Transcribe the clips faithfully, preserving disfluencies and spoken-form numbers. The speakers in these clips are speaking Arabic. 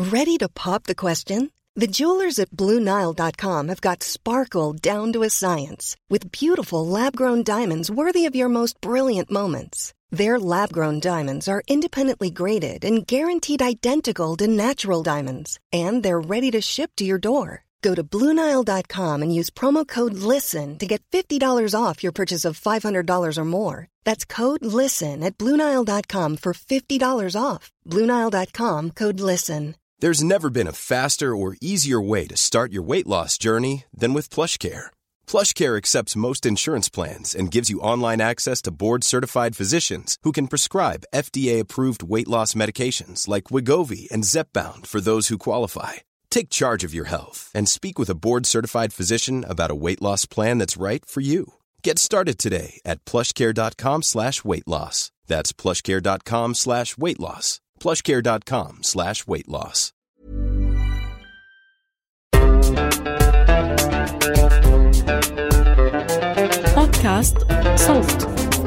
Ready to pop the question? The jewelers at Blue Nile dot com have got sparkle down to a science with beautiful lab-grown diamonds worthy of your most brilliant moments. Their lab-grown diamonds are independently graded and guaranteed identical to natural diamonds, and they're ready to ship to your door. Go to Blue Nile dot com and use promo code LISTEN to get fifty dollars off your purchase of five hundred dollars or more. That's code LISTEN at Blue Nile dot com for fifty dollars off. Blue Nile dot com, code LISTEN. There's never been a faster or easier way to start your weight loss journey than with PlushCare. PlushCare accepts most insurance plans and gives you online access to board-certified physicians who can prescribe F D A-approved weight loss medications like Wegovy and Zepbound for those who qualify. Take charge of your health and speak with a board-certified physician about a weight loss plan that's right for you. Get started today at plushcare.com slash weight loss. That's plushcare.com slash weight loss. plushcare.com slash weight loss. بودكاست صوت.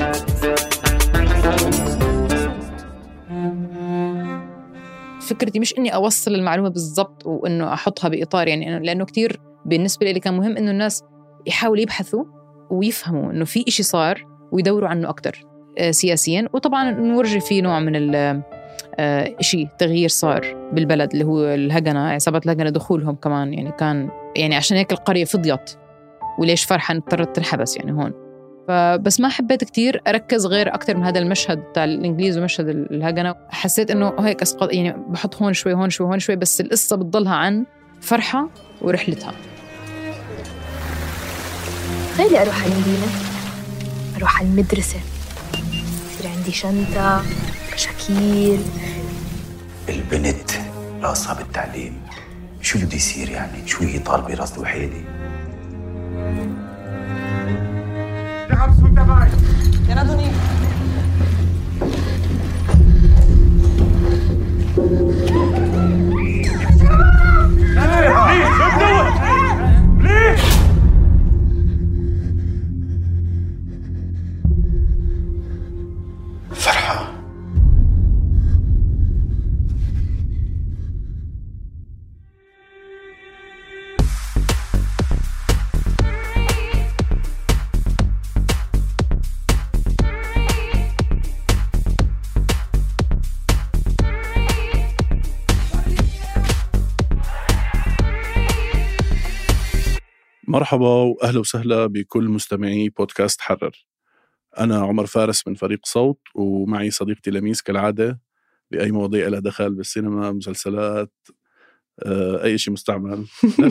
فكرتي مش إني أوصل المعلومة بالضبط وإنه أحطها بإطار، يعني لأنه كتير بالنسبة لي كان مهم إنه الناس يحاولوا يبحثوا ويفهموا إنه في إشي صار ويدوروا عنه أكتر سياسيا، وطبعا نورجي فيه نوع من ال إشي تغيير صار بالبلد اللي هو الهجنة، عصابة الهجنة دخولهم كمان، يعني كان يعني عشان هيك القرية فضيت، وليش فرحة اضطرت تنحبس يعني هون. فبس ما حبيت كتير أركز غير أكتر من هذا المشهد بتاع الإنجليز ومشهد الهجنة. حسيت إنه هيك أسقط، يعني بحط هون شوي هون شوي هون شوي، بس القصة بتضلها عن فرحة ورحلتها. خلي أروح على المدينة، أروح على المدرسة، يصير عندي شنطة، شكيل. البنت راسها بالتعليم، شو بده يصير يعني؟ شو هي طالبة راس وحيدة؟ فرحة مرحبا وأهلا وسهلا بكل مستمعي بودكاست حرر. أنا عمر فارس من فريق صوت، ومعي صديقتي لميس كالعادة بأي مواضيع لها دخل بالسينما، مسلسلات، أي شيء مستعمل.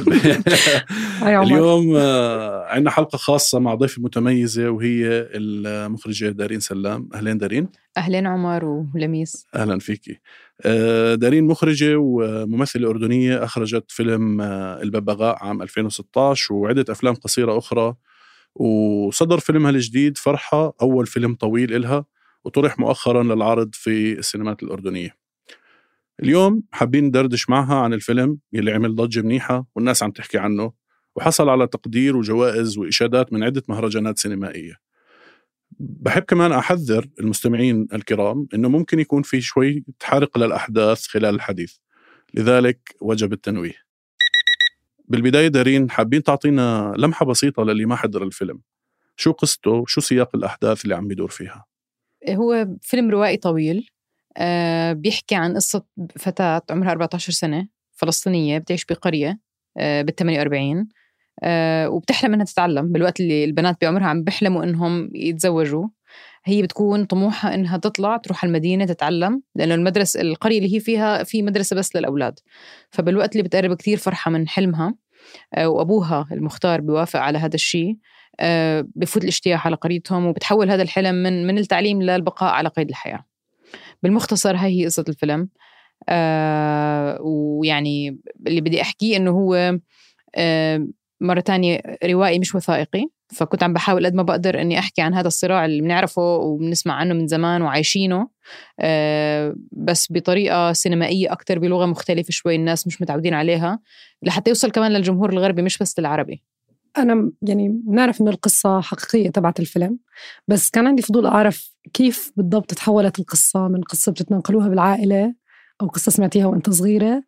اليوم عندنا حلقة خاصة مع ضيفة متميزة وهي المخرجة دارين سلام. أهلين دارين. أهلين عمر ولميس. أهلا فيكي. دارين مخرجة وممثلة أردنية، أخرجت فيلم الببغاء عام ألفين وستة عشر وعدة أفلام قصيرة أخرى، وصدر فيلمها الجديد فرحة أول فيلم طويل إلها، وطرح مؤخرا للعرض في السينمات الأردنية. اليوم حابين ندردش معها عن الفيلم يلي عمل ضجة منيحة والناس عم تحكي عنه، وحصل على تقدير وجوائز وإشادات من عدة مهرجانات سينمائية. بحب كمان أحذر المستمعين الكرام إنه ممكن يكون في شوي تحرق للأحداث خلال الحديث، لذلك وجب التنويه. بالبداية دارين، حابين تعطينا لمحة بسيطة للي ما حضر الفيلم، شو قصته وشو سياق الأحداث اللي عم بيدور فيها؟ هو فيلم روائي طويل، أه بيحكي عن قصة فتاة عمرها أربعة عشر سنة فلسطينية بتعيش بقرية أه بالثمانية وأربعين، أه وبتحلم أنها تتعلم بالوقت اللي البنات بعمرها عم بيحلموا أنهم يتزوجوا. هي بتكون طموحها أنها تطلع تروح المدينة تتعلم، لأنه المدرسة القرية اللي هي فيها في مدرسة بس للأولاد. فبالوقت اللي بتقرب كتير فرحة من حلمها، أه وأبوها المختار بيوافق على هذا الشيء، أه بفوت الاشتياق على قريتهم، وبتحول هذا الحلم من من التعليم للبقاء على قيد الحياة. بالمختصر هاي هي قصة الفيلم. آه ويعني اللي بدي أحكيه إنه هو آه مرة تانية روائي مش وثائقي، فكنت عم بحاول قد ما بقدر إني أحكي عن هذا الصراع اللي بنعرفه وبنسمع عنه من زمان وعايشينه، آه بس بطريقة سينمائية أكتر، بلغة مختلفة شوي الناس مش متعودين عليها، لحتى يوصل كمان للجمهور الغربي مش بس العربي. أنا يعني بنعرف إنه القصة حقيقية تبعت الفيلم، بس كان عندي فضول أعرف كيف بالضبط تحولت القصة من قصة بتتناقلوها بالعائلة أو قصة سمعتيها وأنت صغيرة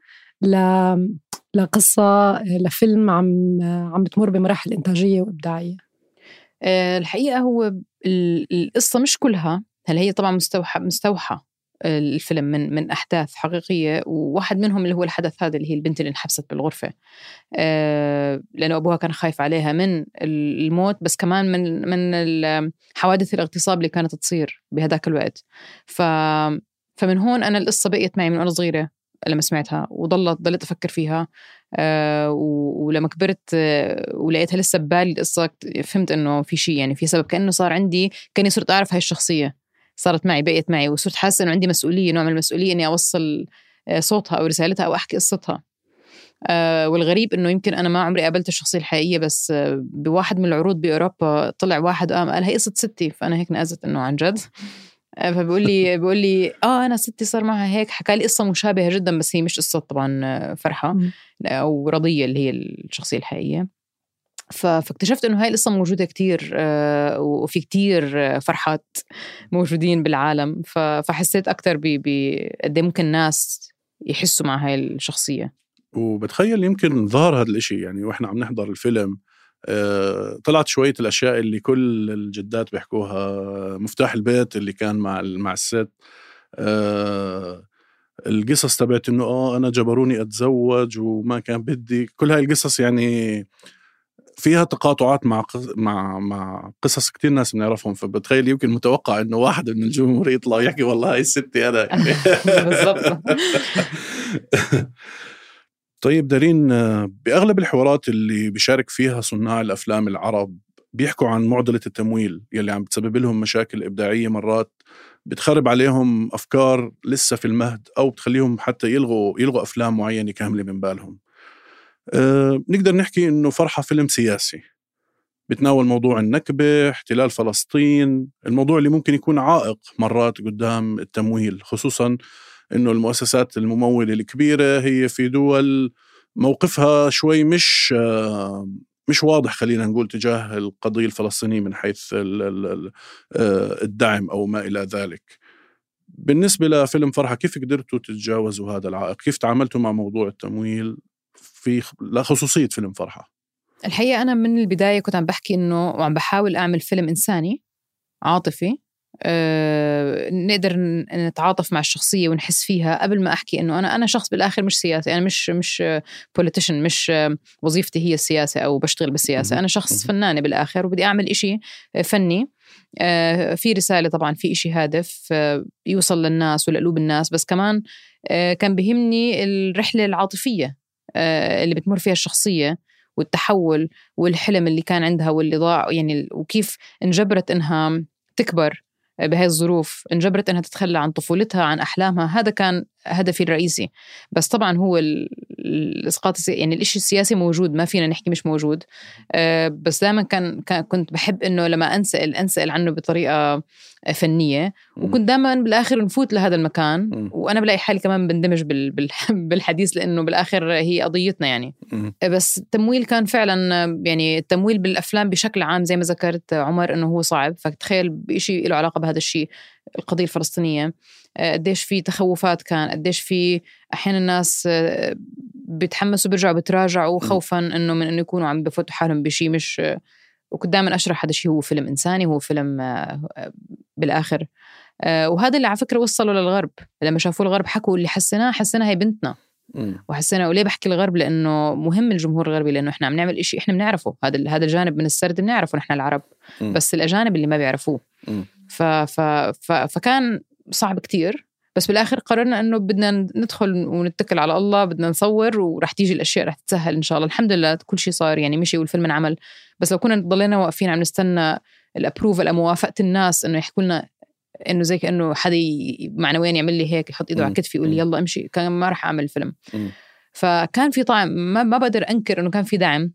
ل لقصة لفيلم عم عم بتمر بمراحل إنتاجية وإبداعية؟ أه الحقيقة هو القصة مش كلها، هل هي طبعا مستوحى مستوحى الفيلم من من أحداث حقيقية، وواحد منهم اللي هو الحدث هذا اللي هي البنت اللي انحبست بالغرفة أه لأنه أبوها كان خايف عليها من الموت، بس كمان من من حوادث الاغتصاب اللي كانت تصير بهذاك الوقت. ف فمن هون أنا القصة بقيت معي من وأنا صغيرة لما سمعتها، وضلت ضلت أفكر فيها أه ولما كبرت أه ولقيتها لسه ببالي القصة، فهمت إنه في شيء يعني في سبب، كأنه صار عندي كأني صرت أعرف هاي الشخصية، صارت معي بقيت معي، وصرت حاسة إنه عندي مسؤولية، نوع من المسؤولية إني أوصل صوتها أو رسالتها أو أحكي قصتها. أه والغريب إنه يمكن أنا ما عمري قابلت الشخصية الحقيقية، بس أه بواحد من العروض بأوروبا طلع واحد قام قال هي قصة ستي، فأنا هيك نقزت إنه عن جد. فبيقول لي بيقول لي اه انا ستي صار معها هيك، حكى لي قصه مشابهه جدا، بس هي مش قصه طبعا فرحه او رضيه اللي هي الشخصيه الحقيقيه. فاكتشفت انه هاي القصه موجوده كتير، آه وفي كتير فرحات موجودين بالعالم، فحسيت اكثر بقد ممكن ناس يحسوا مع هاي الشخصيه. وبتخيل يمكن ظهر هذا الاشي يعني واحنا عم نحضر الفيلم، آه، طلعت شوية الأشياء اللي كل الجدات بيحكوها، مفتاح البيت اللي كان مع مع الست، آه، القصص تبعت إنه آه أنا جبروني أتزوج وما كان بدي، كل هاي القصص يعني فيها تقاطعات مع مع مع قصص كتير ناس بنعرفهم. فبتخيل يمكن متوقع إنه واحد من الجمهور يطلع يحكي والله هاي الستي أنا يعني. بالضبط. طيب دارين، بأغلب الحوارات اللي بيشارك فيها صناع الأفلام العرب بيحكوا عن معضلة التمويل يلي عم بتسبب لهم مشاكل إبداعية، مرات بتخرب عليهم أفكار لسه في المهد، أو بتخليهم حتى يلغوا يلغوا أفلام معينة كاملة من بالهم. أه نقدر نحكي إنه فرحة فيلم سياسي بتناول موضوع النكبة، احتلال فلسطين، الموضوع اللي ممكن يكون عائق مرات قدام التمويل، خصوصاً إنه المؤسسات الممولة الكبيرة هي في دول موقفها شوي مش مش واضح، خلينا نقول، تجاه القضية الفلسطينية من حيث الدعم أو ما إلى ذلك. بالنسبة لفيلم فرحة، كيف قدرتوا تتجاوزوا هذا العائق؟ كيف تعاملتوا مع موضوع التمويل في خصوصية فيلم فرحة؟ الحقيقة أنا من البداية كنت عم بحكي إنه وعم بحاول أعمل فيلم إنساني عاطفي، أه نقدر نتعاطف مع الشخصية ونحس فيها، قبل ما أحكي إنه أنا أنا شخص بالآخر مش سياسي، أنا مش مش politician، مش وظيفتي هي السياسة أو بشتغل بالسياسة، أنا شخص فنانة بالآخر وبدي أعمل إشي فني أه في رسالة، طبعا في إشي هادف أه يوصل للناس ولقلوب الناس، بس كمان أه كان بيهمني الرحلة العاطفية أه اللي بتمر فيها الشخصية، والتحول والحلم اللي كان عندها واللي ضاع يعني، وكيف انجبرت إنها تكبر بهاي الظروف، انجبرت أنها تتخلى عن طفولتها عن أحلامها. هذا كان هدفي الرئيسي. بس طبعا هو الإسقاط يعني الإشي السياسي موجود، ما فينا نحكي مش موجود، أه بس دائما كان, كان كنت بحب إنه لما أنسأل أنسأل عنه بطريقة فنية، وكنت دائما بالآخر نفوت لهذا المكان، وأنا بلاقي حالي كمان بندمج بال بالحديث، لأنه بالآخر هي قضيتنا يعني. بس التمويل كان فعلا يعني التمويل بالأفلام بشكل عام زي ما ذكرت عمر إنه هو صعب، فتخيل بإشي له علاقة بهذا الشيء، القضية الفلسطينية، قديش في تخوفات، كان قديش في أحيانا الناس بيتحمسوا بيرجعوا بتراجعوا خوفا إنه من إنه يكونوا عم بفوتوا حالهم بشيء مش. وكنت دائما أشرح هذا الشيء هو فيلم إنساني، هو فيلم بالآخر، وهذا اللي على فكرة وصلوا للغرب، لما شافوا الغرب حكوا اللي حسناه حسنا هي بنتنا، وحسنا. وليه بحكي الغرب؟ لأنه مهم الجمهور الغربي، لأنه إحنا عم نعمل إشي إحنا بنعرفه، هذا هذا الجانب من السرد بنعرفه نحن العرب، بس الأجانب اللي ما بيعرفوه. ف ف ف فكان صعب كتير، بس بالآخر قررنا أنه بدنا ندخل ونتكل على الله، بدنا نصور ورح تيجي الأشياء رح تتسهل إن شاء الله. الحمد لله كل شيء صار يعني مشي والفيلم انعمل، بس لو كنا ضلينا واقفين عم نستنى الأبروفل أو موافقة الناس إنه يحكوا لنا إنه زي كأنه حدا معنويا يعمل لي هيك، يحط إيده على كتفي يقول لي يلا امشي، كان ما رح أعمل فيلم. فكان في طعم، ما, ما بقدر أنكر إنه كان في دعم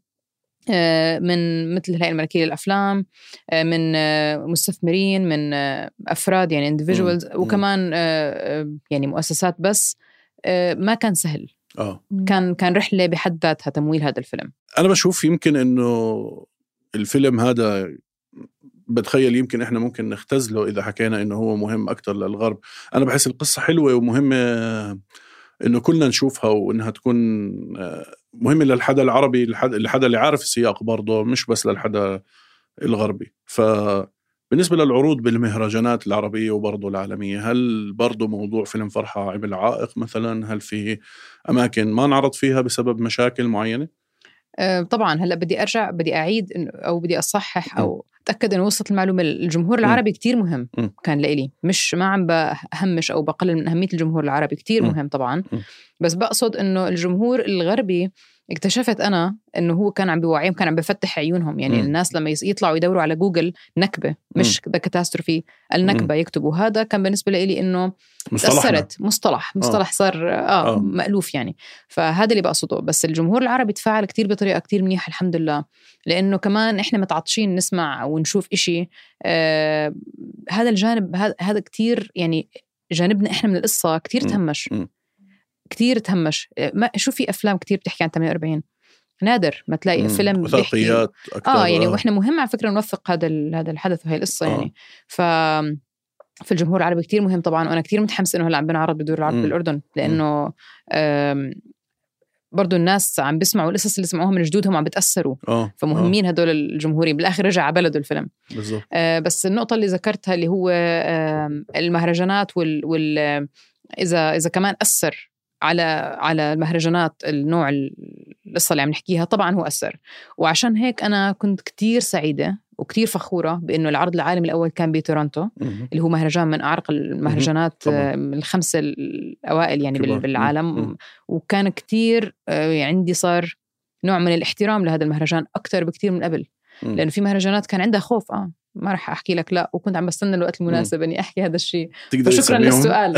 من مثل الهيئة الملكية للأفلام، من مستثمرين، من أفراد يعني individuals، وكمان يعني مؤسسات، بس ما كان سهل. آه. كان كان رحلة بحد ذاتها تمويل هذا الفيلم. أنا بشوف يمكن إنه الفيلم هذا بتخيل يمكن إحنا ممكن نختزله إذا حكينا إنه هو مهم أكتر للغرب. أنا بحس القصة حلوة ومهمة إنه كلنا نشوفها وإنها تكون مهمة للحدا العربي، للحدا اللي عارف السياق برضه، مش بس للحدا الغربي. فبالنسبة للعروض بالمهرجانات العربية وبرضه العالمية، هل برضه موضوع فيلم فرحة عمل عائق مثلا؟ هل في أماكن ما نعرض فيها بسبب مشاكل معينة؟ طبعا هلا بدي ارجع بدي اعيد او بدي اصحح او اتاكد انه وصلت المعلومه. الجمهور العربي كتير مهم م. كان لإلي، مش ما عم بهمش او بقلل من اهميه الجمهور العربي، كتير م. مهم طبعا م. بس بقصد انه الجمهور الغربي اكتشفت أنا إنه هو كان عم بيوعيهم، كان عم بفتح عيونهم. يعني م. الناس لما يطلعوا يدوروا على جوجل نكبة مش ذا كاتاستروفي، النكبة م. يكتبوا هذا، كان بالنسبة لي إنه تأثرت مصطلح مصطلح صار آه, آه مألوف يعني. فهذا اللي بقصده. بس الجمهور العربي تفاعل كتير بطريقة كتير منيحة الحمد لله، لأنه كمان إحنا متعطشين نسمع ونشوف إشي. آه هذا الجانب هذا كتير يعني جانبنا إحنا من القصة كتير تهمش م. كتير تهمش. ما شو في أفلام كتير بتحكي عن ثمانية وأربعين، نادر ما تلاقي مم. فيلم وثائقيات أكتر. آه يعني وإحنا مهم على فكرة نوثق هذا هذا الحدث وهي القصة آه. يعني ف في الجمهور العربي كتير مهم طبعا. وأنا كتير متحمس إنه هلا عم بنعرض بدور العرب بالأردن، لأنه برضو الناس عم بيسمعوا القصص اللي سمعوها من جدودهم عم بتأثروا آه. فمهمين آه. هدول الجمهورين بالآخر رجع على بلده الفيلم بالضبط. آه بس النقطة اللي ذكرتها اللي هو آه المهرجانات وال, وال إذا إذا كمان أثر على على المهرجانات النوع القصة اللي عم نحكيها، طبعا هو أثر. وعشان هيك أنا كنت كتير سعيدة وكتير فخورة بأنه العرض العالمي الأول كان بتورونتو م- اللي هو مهرجان من أعرق المهرجانات الخمسة الأوائل يعني كبار. بالعالم م- وكان كتير عندي صار نوع من الاحترام لهذا المهرجان أكتر بكتير من قبل م- لأنه في مهرجانات كان عندها خوف آه ما رح أحكي لك لا، وكنت عم بستنى الوقت المناسب أني أحكي هذا الشيء. شكرا للسؤال.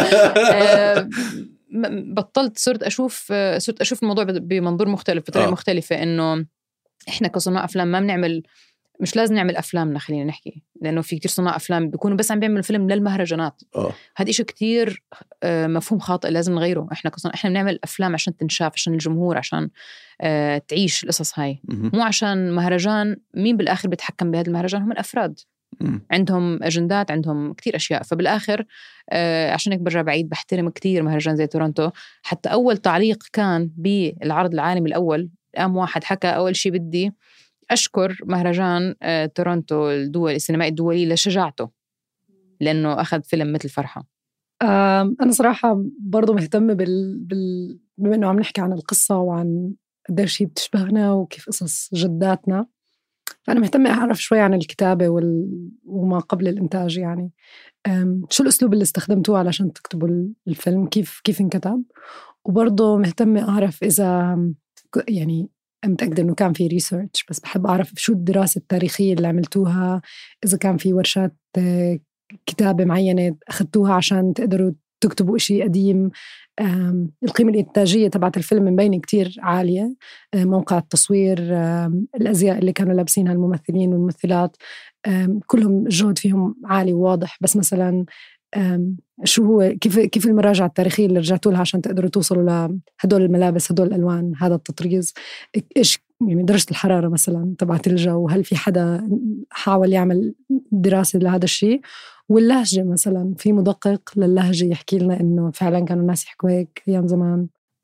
بطلت صرت أشوف صرت أشوف الموضوع بمنظور مختلف بطريقة آه. مختلفة، إنه إحنا كصناع أفلام ما بنعمل، مش لازم نعمل أفلامنا خلينا نحكي، لأنه في كتير صناع أفلام بيكونوا بس عم بيعملوا فيلم للمهرجانات. آه. هذا إشي كتير مفهوم خاطئ لازم نغيره. إحنا كصناع إحنا بنعمل أفلام عشان تنشاف، عشان الجمهور، عشان آه تعيش القصص هاي م- مو عشان مهرجان. مين بالآخر بيتحكم بهذا المهرجان؟ هم الأفراد م- عندهم أجندات، عندهم كتير أشياء. فبالآخر آه عشان هيك برجع بعيد بحترم كتير مهرجان زي تورونتو. حتى أول تعليق كان بالعرض العالمي الأول، قام واحد حكى أول شي بدي أشكر مهرجان آه تورونتو الدولي السينمائي الدولي لشجاعته، لأنه أخذ فيلم مثل فرحة. أنا صراحة برضو مهتمة بال... بال... بما أنه عم نحكي عن القصة وعن قديش شيء بتشبهنا وكيف قصص جداتنا، فأنا مهتمة أعرف شوي عن الكتابة وال... وما قبل الإنتاج. يعني شو الأسلوب اللي استخدمتوه علشان تكتبوا الفيلم، كيف كيف انكتب. وبرضو مهتمة أعرف إذا يعني متأكدة إنه كان في ريسيرش، بس بحب أعرف شو الدراسة التاريخية اللي عملتوها، إذا كان في ورشات كتابة معينة أخذتوها عشان تقدروا تكتبوا إشي قديم. القيمة الإنتاجية تبعت الفيلم من بين كتير عالية، موقع التصوير، الأزياء اللي كانوا لابسينها الممثلين والممثلات، كلهم الجهد فيهم عالي وواضح. بس مثلا شو هو كيف كيف المراجعة التاريخية اللي رجعتوا لها عشان تقدروا توصلوا لهدول الملابس، هدول الألوان، هذا التطريز، إيش يعني درجة الحرارة مثلا تبعت الجو، هل في حدا حاول يعمل دراسة لهذا الشيء. واللهجة مثلا، في مدقق للهجة يحكي لنا إنه فعلا كانوا الناس يحكوا هيك أيام زمان.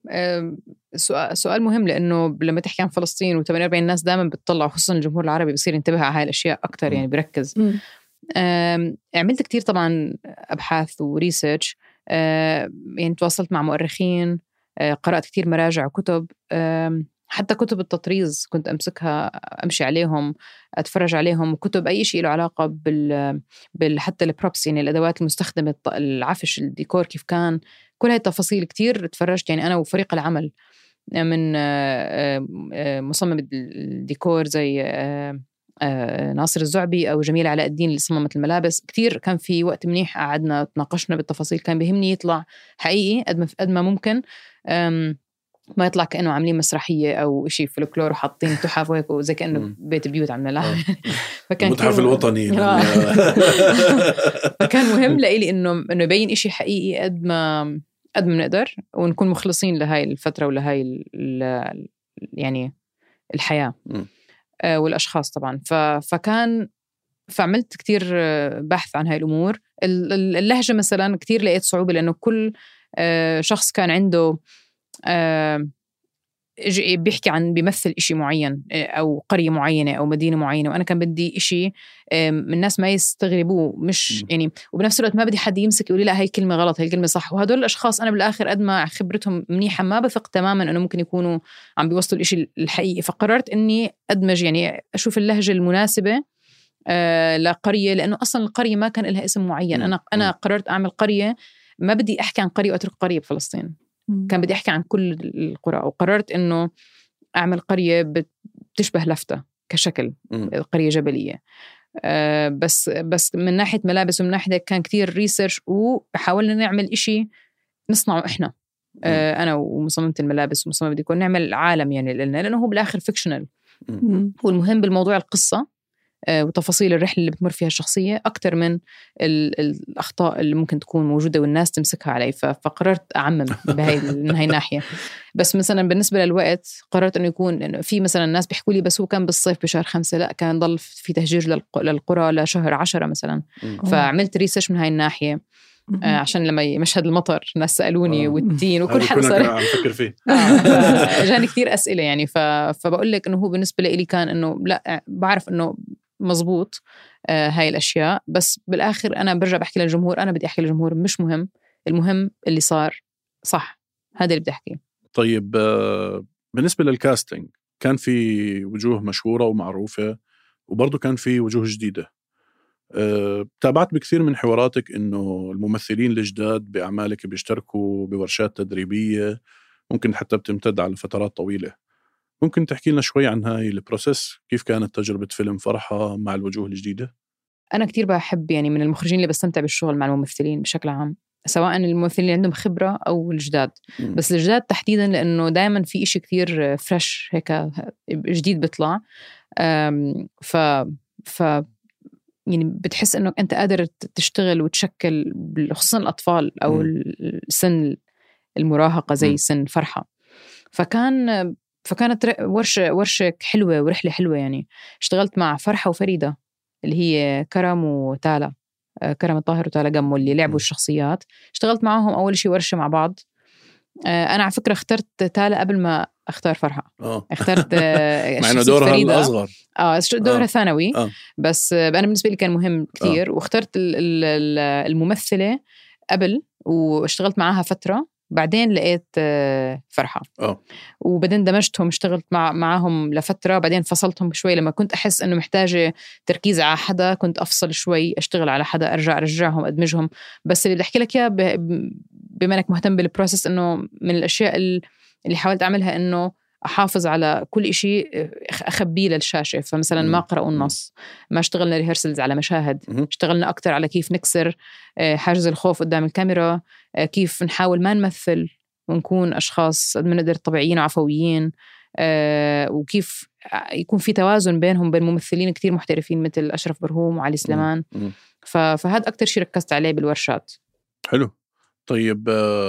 سؤال سؤال مهم، لأنه لما تحكي عن فلسطين وثمانية وأربعين الناس دائما بتطلع، خصوصا الجمهور العربي بصير ينتبه على هاي الأشياء أكتر، يعني بركز. عملت كتير طبعا أبحاث وريسيرش، يعني تواصلت مع مؤرخين، قرأت كتير مراجع وكتب، حتى كتب التطريز كنت أمسكها أمشي عليهم أتفرج عليهم، وكتب أي شيء له علاقة بال, بال... حتى البروبس، يعني الأدوات المستخدمة، العفش، الديكور كيف كان، كل هاي التفاصيل كتير تفرجت. يعني أنا وفريق العمل من مصمم الديكور زي ناصر الزعبي أو جميل علاء الدين اللي صممت الملابس، كتير كان في وقت منيح قعدنا تناقشنا بالتفاصيل. كان بيهمني يطلع حقيقي قد ما ممكن، ما يطلع كأنه عاملين مسرحية أو إشي فلكلور وحاطين تحف وهيك وزي كأنه بيت بيوت عم نلعب. فكان المتحف الوطني. فكان مهم لإلي إنه إنه يبين إشي حقيقي قد ما قد ما نقدر، ونكون مخلصين لهاي الفترة ولهاي يعني الحياة والأشخاص طبعا. فكان فعملت كتير بحث عن هاي الأمور. اللهجة مثلا كتير لقيت صعوبة، لأنه كل شخص كان عنده بيحكي عن بيمثل إشي معين أو قرية معينة أو مدينة معينة، وأنا كان بدي إشي من الناس ما يستغربوه، مش يعني وبنفس الوقت ما بدي حد يمسك يقول لي لا هاي كلمة غلط هاي كلمة صح. وهدول الأشخاص أنا بالآخر قد ما خبرتهم منيحة ما بثق تماما أنه ممكن يكونوا عم بيوصلوا الإشي الحقيقي. فقررت أني أدمج يعني أشوف اللهجة المناسبة آه لقرية، لأنه أصلا القرية ما كان لها اسم معين. أنا أنا قررت أعمل قرية، ما بدي أحكي عن قرية وأترك قرية بفلسطين، كان بدي أحكي عن كل القرى. وقررت إنه أعمل قرية بتشبه لفتة كشكل، قرية جبلية. أه بس بس من ناحية ملابس ومن ناحية كان كتير ريسيرش، وحاولنا نعمل إشي نصنعه إحنا، أه أنا ومصممة الملابس ومصممة بدي يكون نعمل عالم يعني لنا، لأنه هو بالآخر فيكشنال. والمهم بالموضوع القصة وتفاصيل الرحلة اللي بتمر فيها الشخصية أكتر من الأخطاء اللي ممكن تكون موجودة والناس تمسكها علي. فقررت أعمم بهاي من هاي الناحية. بس مثلا بالنسبة للوقت قررت أنه يكون في مثلا الناس بيحكوا لي بس هو كان بالصيف بشهر خمسة، لا كان ضل في تهجير للقرى لشهر عشرة مثلا. فعملت ريسيرش من هاي الناحية آه عشان لما مشهد المطر الناس سألوني والتين وكل حدا صار عم فكر فيه آه جاني كتير أسئلة يعني. فبقول لك إنه هو بالنسبة لي كان إنه لا بعرف إنه مزبوط آه هاي الأشياء، بس بالآخر أنا برجع بحكي للجمهور، أنا بدي أحكي للجمهور مش مهم، المهم اللي صار صح، هذا اللي بدي أحكيه. طيب آه بالنسبة للكاستينج كان في وجوه مشهورة ومعروفة وبرضو كان في وجوه جديدة. أه، تابعت بكثير من حواراتك إنه الممثلين الجداد بأعمالك بيشتركوا بورشات تدريبية ممكن حتى بتمتد على فترات طويلة. ممكن تحكي لنا شوي عن هاي البروسيس، كيف كانت تجربة فيلم فرحة مع الوجوه الجديدة؟ أنا كتير بحب يعني من المخرجين اللي بستمتع بالشغل مع الممثلين بشكل عام، سواء الممثلين اللي عندهم خبرة أو الجداد. م. بس الجداد تحديدا لأنه دائما في إشي كتير فريش هيك جديد بيطلع. ف ف يعني بتحس إنه أنت قادر تشتغل وتشكل خصوصا الأطفال أو م. السن المراهقة زي م. سن فرحة. فكان فكانت ورشة ورشة حلوة ورحلة حلوة يعني. اشتغلت مع فرحة وفريدة اللي هي كرم وتالا، كرم الطاهر وتالا جمو اللي لعبوا الشخصيات. اشتغلت معهم أول شيء ورشة مع بعض. أنا على فكرة اخترت تالا قبل ما اختار فرحة. أوه. اخترت مع إنه دورها الأصغر اه دورها أوه. ثانوي أوه. بس أنا بالنسبة لي كان مهم كتير. أوه. واخترت الممثلة قبل واشتغلت معاها فترة، بعدين لقيت فرحة أوه. وبعدين دمجتهم، اشتغلت مع معهم لفترة، بعدين فصلتهم شوي لما كنت أحس أنه محتاجة تركيز على حدا، كنت أفصل شوي أشتغل على حدا، أرجع أرجعهم أدمجهم. بس اللي بدي أحكي لك إياه بما أنك مهتم بالبروسيس، أنه من الأشياء اللي حاولت أعملها أنه أحافظ على كل إشي أخبيه للشاشة. فمثلا ما قرأوا النص، ما اشتغلنا ريهرسلز على مشاهد، اشتغلنا أكتر على كيف نكسر حاجز الخوف قدام الكاميرا، كيف نحاول ما نمثل ونكون أشخاص قد ما نقدر طبيعيين وعفويين، وكيف يكون في توازن بينهم بين ممثلين كتير محترفين مثل أشرف برهوم وعلي سليمان. فهذا أكتر شيء ركزت عليه بالورشات. حلو. طيب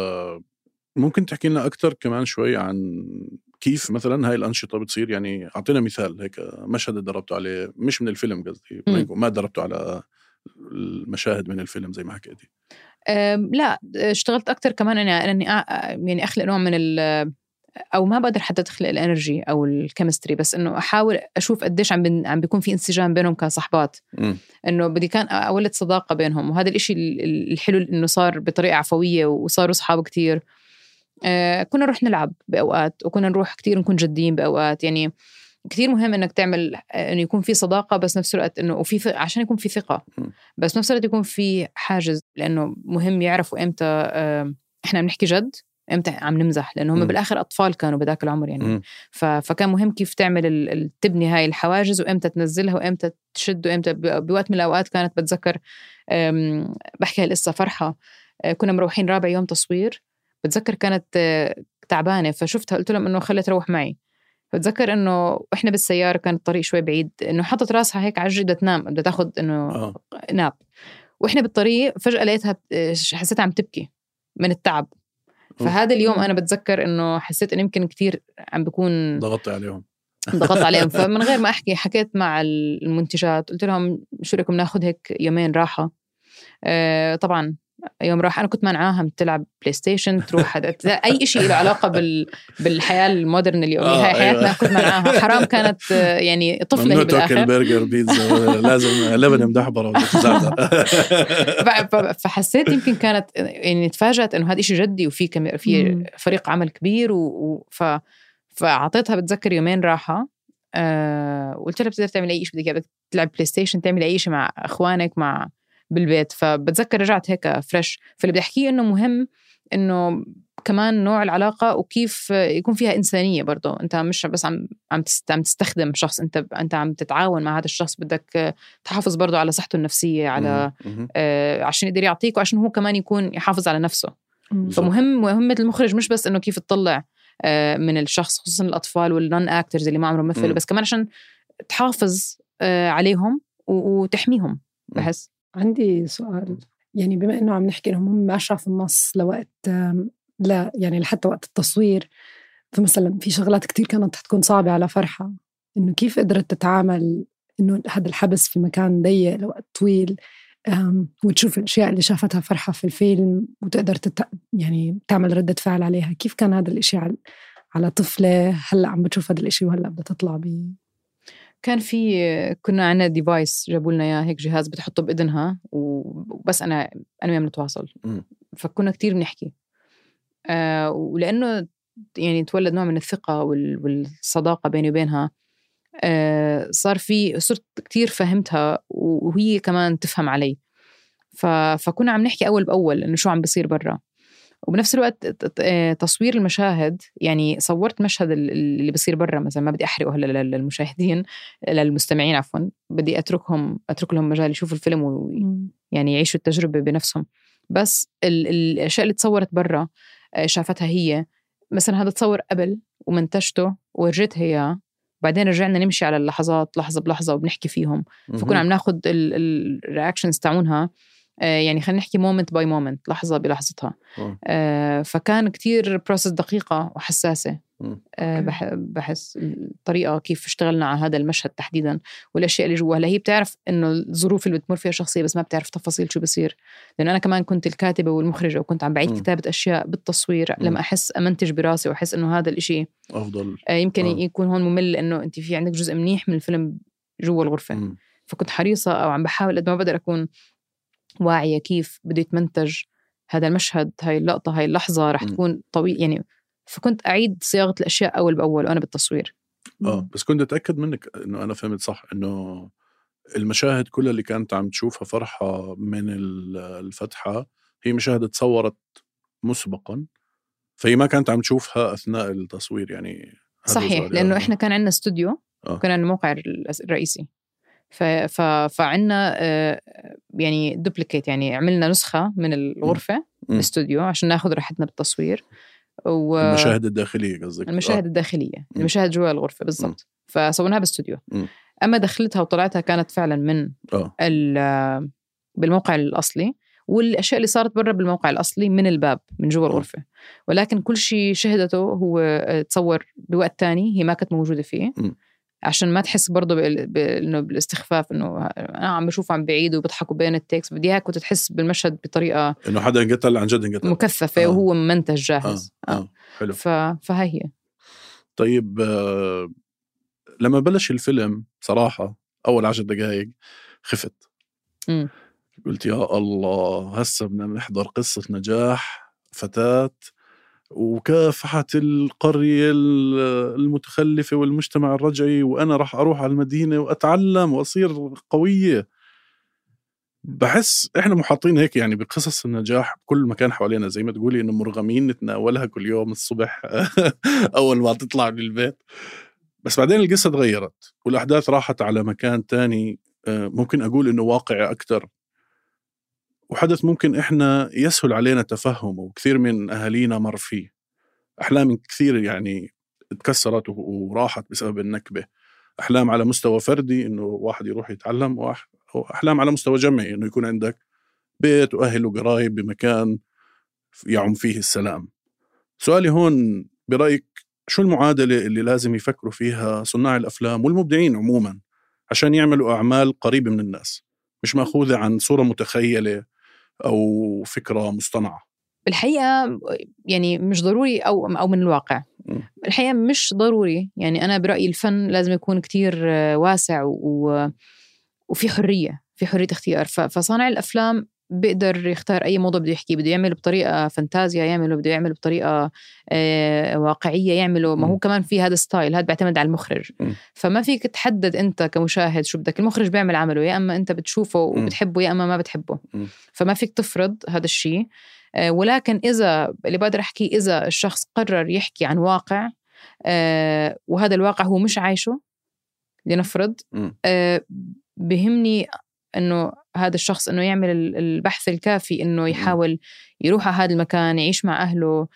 ممكن تحكي لنا أكتر كمان شوي عن كيف مثلا هاي الأنشطة بتصير؟ يعني أعطينا مثال هيك مشهد دربته عليه، مش من الفيلم قصدي، ما دربته على المشاهد من الفيلم زي ما حكيتي. لا اشتغلت أكتر كمان أني أني يعني أخلق نوع من ال أو ما بقدر حتى تخلق الانرجي أو الكيمستري، بس إنه أحاول أشوف قديش عم بن عم بيكون في انسجام بينهم كصحبات، إنه بدي كان أولد صداقة بينهم. وهذا الإشي الحلو إنه صار بطريقة عفوية وصاروا صحاب كتير. آه كنا نروح نلعب بأوقات وكنا نروح كتير نكون جديين بأوقات. يعني كتير مهم إنك تعمل إنه يكون في صداقة، بس نفس الوقت إنه وفي عشان يكون في ثقة، بس نفس الوقت يكون في حاجز، لأنه مهم يعرفوا إمتى آه إحنا بنحكي جد، إمتى عم نمزح، لأنه هم بالآخر أطفال كانوا بذاك العمر يعني. فكان مهم كيف تعمل تبني هاي الحواجز، وإمتى تنزلها وإمتى تشد، وإمتى بوقت من الأوقات كانت بتذكر بحكي هالقصة فرحة. كنا مروحين رابع يوم تصوير، بتذكر كانت تعبانة فشفتها قلت لهم إنه خلي تروح معي. بتذكر إنه إحنا بالسيارة كان الطريق شوي بعيد، إنه حطت راسها هيك على الجدة تنام، بدها تاخد إنه آه. ناب. وإحنا بالطريق فجأة لقيتها حسيتها عم تبكي من التعب. فهذا اليوم أنا بتذكر إنه حسيت إن يمكن كتير عم بكون ضغطت عليهم ضغط عليهم فمن غير ما أحكي حكيت مع المنتجات، قلت لهم شو رأيكم ناخد هيك يومين راحة. آه طبعا يوم راح أنا كنت منعاها تلعب بلاي ستيشن، تروح أي شيء له علاقة بال بالحياة المودرن اليومية، هاي حياتنا كنت منعاها. حرام كانت يعني طفلة هي بالآخر. ممنوع برجر بيتزا لازم لبن مدحبرة فحسيت يمكن كانت يعني تفاجأت إنه هذا إشي جدي وفي كم في فريق عمل كبير و ف فعطيتها بتذكر يومين راحة. أه وقلت لها بتقدر تعمل أي شيء بدك، بدك تلعب بلاي ستيشن، تعمل أي شيء مع أخوانك مع بالبيت. فبتذكر رجعت هيك فريش. فاللي بدي أحكيه إنه مهم إنه كمان نوع العلاقة وكيف يكون فيها إنسانية برضو. أنت مش بس عم عم عم تستخدم شخص، أنت أنت عم تتعاون مع هذا الشخص، بدك تحافظ برضو على صحته النفسية، على آه عشان يقدر يعطيك وعشان هو كمان يكون يحافظ على نفسه. فمهم مهمة المخرج مش بس إنه كيف تطلع آه من الشخص، خصوصا الأطفال والنون أكترز اللي ما عمرهم مثلوا، بس كمان عشان تحافظ آه عليهم وتحميهم. بحس عندي سؤال، يعني بما إنه عم نحكي إنهم هم أشرف النص لوقت لا يعني لحتى وقت التصوير، فمثلا في شغلات كتير كانت تكون صعبة على فرحة، إنه كيف قدرت تتعامل إنه هذا الحبس في مكان ضيق لوقت طويل، وتشوف الأشياء اللي شافتها فرحة في الفيلم وتقدر تت... يعني تعمل ردة فعل عليها. كيف كان هذا الإشي على... على طفلة هلأ عم بتشوف هذا الإشي وهلأ بدها تطلع بيه؟ كان في كنا عنا ديفايس جابوا لنا اياه، هيك جهاز بتحطه بإذنها وبس أنا أنا وياه بنتواصل. فكنا كتير بنحكي آه ولأنه يعني تولد نوع من الثقة وال... والصداقة بيني وبينها. آه صار في صرت كتير فهمتها وهي كمان تفهم علي. ف... فكنا عم نحكي أول بأول إنه شو عم بيصير برا. وبنفس الوقت تصوير المشاهد، يعني صورت مشهد اللي بيصير برا مثلا، ما بدي أحرقه هلا للمشاهدين للمستمعين عفوا، بدي أتركهم أترك لهم مجال يشوفوا الفيلم ويعني يعيشوا التجربة بنفسهم. بس ال... الأشياء اللي تصورت برا شافتها هي، مثلا هذا تصور قبل ومنتجته ورجيتها إياه، بعدين رجعنا نمشي على اللحظات لحظة بلحظة وبنحكي فيهم. فكنا عم ناخد الرياكشنز تاعونها، يعني خلينا نحكي مومنت باي مومنت، لحظة بلحظتها. آه فكان كتير بروسس دقيقة وحساسة. آه بحس الطريقة كيف اشتغلنا على هذا المشهد تحديدا والأشياء اللي جوا. هلا هي بتعرف إنه الظروف اللي بتمر فيها شخصية، بس ما بتعرف تفاصيل شو بيصير، لأن أنا كمان كنت الكاتبة والمخرجة وكنت عم بعيد كتابة أشياء بالتصوير لما أحس أمنتج براسي وأحس إنه هذا الإشي أفضل. آه يمكن آه. يكون هون ممل، إنه أنت في عندك جزء منيح من الفيلم جوا الغرفة. م. فكنت حريصة أو عم بحاول قد ما بقدر أكون واعية كيف بدي يتمنتج هذا المشهد، هاي اللقطة، هاي اللحظة رح تكون طويل يعني. فكنت أعيد صياغة الأشياء أول بأول وأنا بالتصوير. آه بس كنت أتأكد منك إنه أنا فهمت صح، إنه المشاهد كلها اللي كانت عم تشوفها فرحة من الفتحة هي مشاهد تصورت مسبقا، فهي ما كانت عم تشوفها أثناء التصوير يعني. صحيح، لأنه إحنا كان عندنا استوديو آه. كان عندنا موقع الرئيسي، ف ف فعنا آه يعني دوبليكيت، يعني عملنا نسخة من الغرفة الاستوديو عشان ناخذ راحتنا بالتصوير. و... المشاهد الداخلية قصدك؟ المشاهد آه. الداخلية، المشاهد جوا الغرفة بالضبط. فسويناها باستوديو. م. أما دخلتها وطلعتها كانت فعلا من آه. بالموقع الأصلي، والأشياء اللي صارت برا بالموقع الأصلي من الباب من جوا الغرفة. ولكن كل شيء شهدته هو تصور بوقت تاني هي ما كانت موجودة فيه. م. عشان ما تحس برضو بأنه بالاستخفاف إنه أنا عم بشوف عم بعيد وبضحكوا بين التكست. بدي هيك وتتحس بالمشهد بطريقة إنه حدا انقتل عن جد انقتل مكثفة. آه. وهو منتج جاهز. آه. آه. حلو. ف... فهي هي. طيب آه لما بلش الفيلم صراحة أول عشر دقائق خفت. م. قلت يا الله هسه بدنا نحضر قصة نجاح فتاة وكافحة القرية المتخلفة والمجتمع الرجعي، وأنا راح أروح على المدينة وأتعلم وأصير قوية. بحس إحنا محاطين هيك يعني بقصص النجاح بكل مكان حوالينا، زي ما تقولي إنه مرغمين نتناولها كل يوم الصبح أول ما تطلع من البيت. بس بعدين القصة تغيرت والأحداث راحت على مكان تاني، ممكن أقول إنه واقعي أكتر، وحدث ممكن إحنا يسهل علينا تفهمه وكثير من أهالينا مر فيه. أحلام كثير يعني اتكسرت وراحت بسبب النكبة. أحلام على مستوى فردي إنه واحد يروح يتعلم، وأحلام على مستوى جمعي إنه يكون عندك بيت وأهل وقرايب بمكان يعم فيه السلام. سؤالي هون برأيك شو المعادلة اللي لازم يفكروا فيها صناع الأفلام والمبدعين عموما عشان يعملوا أعمال قريبة من الناس، مش مأخوذة عن صورة متخيلة أو فكرة مصطنعة؟ الحقيقة يعني مش ضروري أو أو من الواقع. م. الحقيقة مش ضروري. يعني أنا برأيي الفن لازم يكون كتير واسع و... وفي حرية في حرية اختيار. ف... فصانع الأفلام بيقدر يختار أي موضوع بده يحكي، بده يعمل بطريقة فانتازيا يعمله، بده يعمل بطريقة آه واقعية يعمله. ما هو كمان في هذا ستايل، هذا بيعتمد على المخرج. م. فما فيك تحدد أنت كمشاهد شو بدك. المخرج بيعمل عمله، يا أما أنت بتشوفه وبتحبه يا أما ما بتحبه. م. فما فيك تفرض هذا الشيء. آه ولكن إذا اللي بقدر أحكي، إذا الشخص قرر يحكي عن واقع آه وهذا الواقع هو مش عايشه، لنفرض آه بهمني إنه هذا الشخص إنه يعمل البحث الكافي، إنه يحاول يروح على هذا المكان، يعيش مع أهله،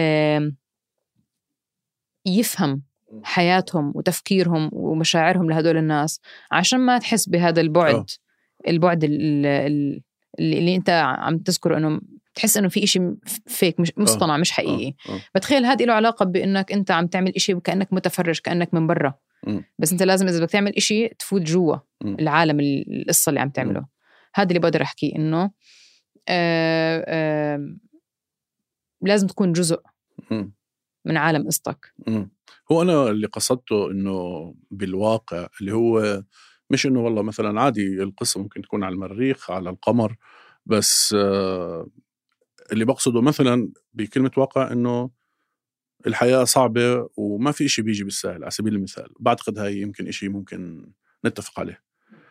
يفهم حياتهم وتفكيرهم ومشاعرهم لهدول الناس، عشان ما تحس بهذا البعد أوه. البعد اللي, اللي أنت عم تذكره، إنه تحس إنه في إشي فيك، مش مصطنع، مش حقيقي. أوه. أوه. بتخيل هذا له علاقة بإنك أنت عم تعمل إشي كأنك متفرج، كأنك من برا. م. بس أنت لازم إذا بدك تعمل إشي تفوت جوا العالم، القصة اللي عم تعمله. م. هذا اللي بقدر أحكي، إنه آه آه لازم تكون جزء م. من عالم قصتك. م. هو أنا اللي قصدته إنه بالواقع، اللي هو مش إنه والله مثلا عادي القصة ممكن تكون على المريخ، على القمر، بس آه اللي بقصده مثلا بكلمة واقع إنه الحياة صعبة وما في إشي بيجي بالسهل. على سبيل المثال بعتقد هاي يمكن إشي ممكن نتفق عليه.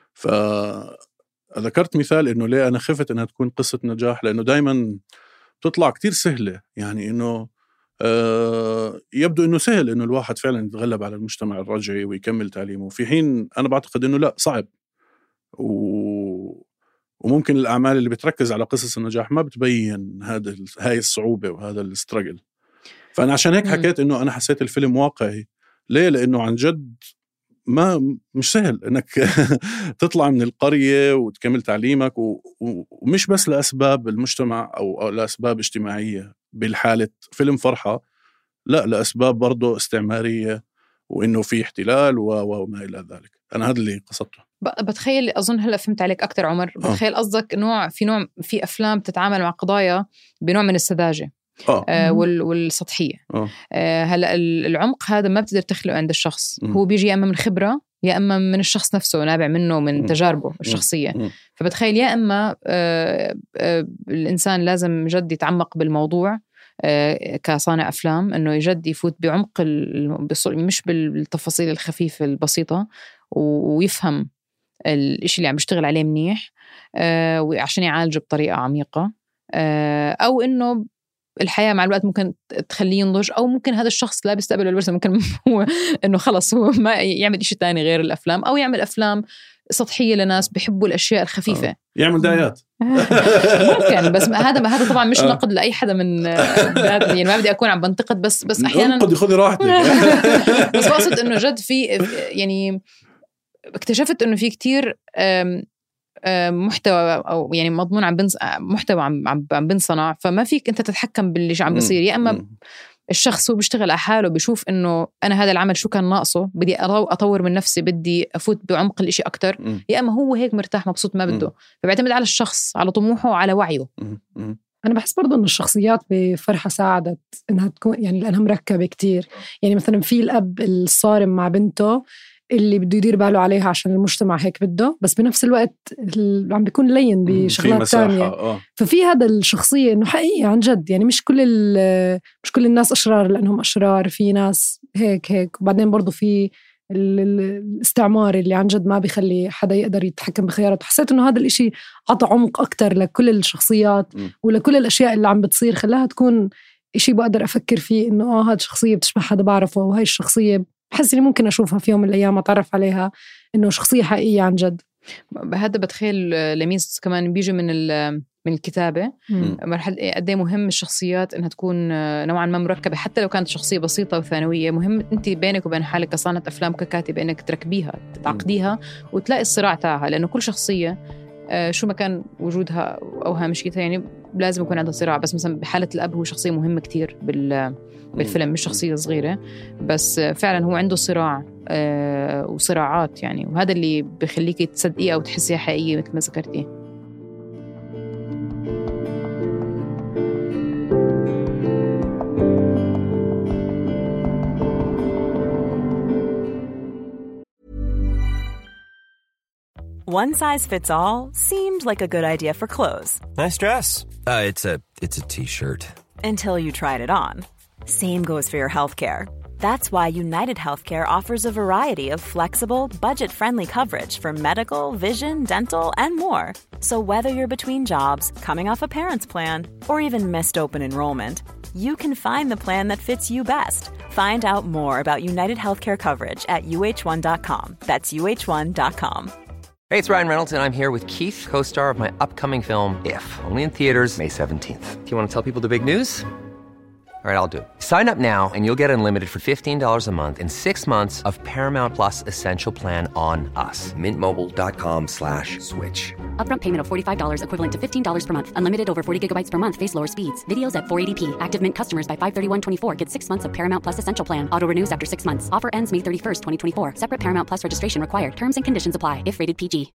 فذكرت مثال إنه ليه أنا خفت إنها تكون قصة نجاح، لأنه دايما بتطلع كتير سهلة. يعني إنه آه يبدو إنه سهل إنه الواحد فعلا يتغلب على المجتمع الرجعي ويكمل تعليمه، في حين أنا بعتقد إنه لا، صعب. و... وممكن الأعمال اللي بتركز على قصص النجاح ما بتبين هذا هاي الصعوبة وهذا الاستراجل. فأنا عشان هيك حكيت إنه أنا حسيت الفيلم واقعي. ليه؟ لأنه عن جد ما مش سهل إنك تطلع من القرية وتكمل تعليمك، و... ومش بس لأسباب المجتمع أو... أو لأسباب اجتماعية بالحالة فيلم فرحة، لا، لأسباب برضو استعمارية، وإنه في احتلال و... وما إلى ذلك. أنا هذا اللي قصدته. بتخيل، أظن هلأ فهمت عليك أكتر عمر. بتخيل قصدك نوع في نوع في أفلام تتعامل مع قضايا بنوع من السذاجة آه. آه والسطحية. آه. آه هلأ العمق هذا ما بتقدر تخلقه عند الشخص. م. هو بيجي يا أما من خبرة يا أما من الشخص نفسه، نابع منه من م. تجاربه الشخصية. م. فبتخيل يا أما آه آه الإنسان لازم جد يتعمق بالموضوع آه كصانع أفلام، إنه يجد يفوت بعمق مش بالتفاصيل الخفيفة البسيطة، ويفهم الإشي اللي عم بيشتغل عليه منيح آه وعشان يعالجه بطريقة عميقة. آه أو إنه الحياة مع الوقت ممكن تخليه ينضج، أو ممكن هذا الشخص لا بيستقبل الورثة، ممكن هو إنه خلص هو ما يعمل إشي تاني غير الأفلام، أو يعمل أفلام سطحية لناس بيحبوا الأشياء الخفيفة. يعمل دعايات ممكن. بس هذا هذا طبعا مش نقد لأي حدا من يعني ما بدي أكون عم بنتقد، بس بس أحيانا نقد خذي راحتك. بس بقصد إنه جد في يعني اكتشفت إنه في كتير محتوى أو يعني مضمون عم بنص محتوى عم عم بنصنع، فما فيك أنت تتحكم باللي عم بيصير. يا أما الشخص هو بيشتغل على حاله، بيشوف إنه أنا هذا العمل شو كان ناقصه، بدي أطور من نفسي، بدي أفوت بعمق الإشي أكتر، يا أما هو هيك مرتاح مبسوط ما بده. فبيعتمد على الشخص، على طموحه وعلى وعيه. أنا بحس برضو إنه الشخصيات بفرحة ساعدت إنها تكون يعني لأنها مركبة كتير. يعني مثلا في الأب الصارم مع بنته اللي بده يدير باله عليها عشان المجتمع هيك بده، بس بنفس الوقت عم بيكون لين بشغلات تانية. آه. ففي هذا الشخصية إنه حقيقي عن جد، يعني مش كل مش كل الناس أشرار لأنهم أشرار، في ناس هيك هيك. وبعدين برضو في الاستعمار اللي عن جد ما بيخلي حدا يقدر يتحكم بخياراته. حسيت إنه هذا الإشي عطى عمق أكتر لكل الشخصيات م. ولكل الأشياء اللي عم بتصير، خلاها تكون إشي بقدر أفكر فيه إنه آه هاد شخصية بتشبه حدا بعرفه، وهاي الشخصية بحس إني ممكن أشوفها في يوم من الأيام أتعرف عليها إنه شخصية حقيقية عن جد. هذا بتخيل لميس كمان بيجي من من الكتابة. مرحلة قد ايه مهم الشخصيات إنها تكون نوعا ما مركبة، حتى لو كانت شخصية بسيطة وثانوية. مهم أنت بينك وبين حالك كصانع أفلام ككاتب إنك تركبيها، تعقديها وتلاقي الصراع تاعها، لأنه كل شخصية شو ما كان وجودها أو هامشيتها يعني لازم يكون عندها صراع. بس مثلا بحالة الأب هو شخصية مهمة كتير بال بالفيلم، مش شخصية صغيرة، بس فعلا هو عنده صراع آه وصراعات يعني، وهذا اللي بيخليك تصدقيه أو تحسيها حقيقية مثل ما ذكرتي. One size fits all seemed like a good idea for clothes. Nice dress. Uh, it's a it's a t-shirt. Until you tried it on. Same goes for your healthcare. That's why United Healthcare offers a variety of flexible, budget-friendly coverage for medical, vision, dental, and more. So whether you're between jobs, coming off a parent's plan, or even missed open enrollment, you can find the plan that fits you best. Find out more about United Healthcare coverage at U H one dot com. That's U H one dot com. Hey, it's Ryan Reynolds, and I'm here with Keith, co-star of my upcoming film, If, only in theaters May seventeenth. Do you want to tell people the big news? All right, I'll do it. Sign up now and you'll get unlimited for fifteen dollars a month and six months of Paramount Plus Essential Plan on us. Mint Mobile dot com slash switch. Upfront payment of forty-five dollars equivalent to fifteen dollars per month. Unlimited over forty gigabytes per month. Face lower speeds. Videos at four eighty p. Active Mint customers by five thirty-one twenty-four get six months of Paramount Plus Essential Plan. Auto renews after six months. Offer ends May thirty-first, twenty twenty-four. Separate Paramount Plus registration required. Terms and conditions apply if rated بي جي.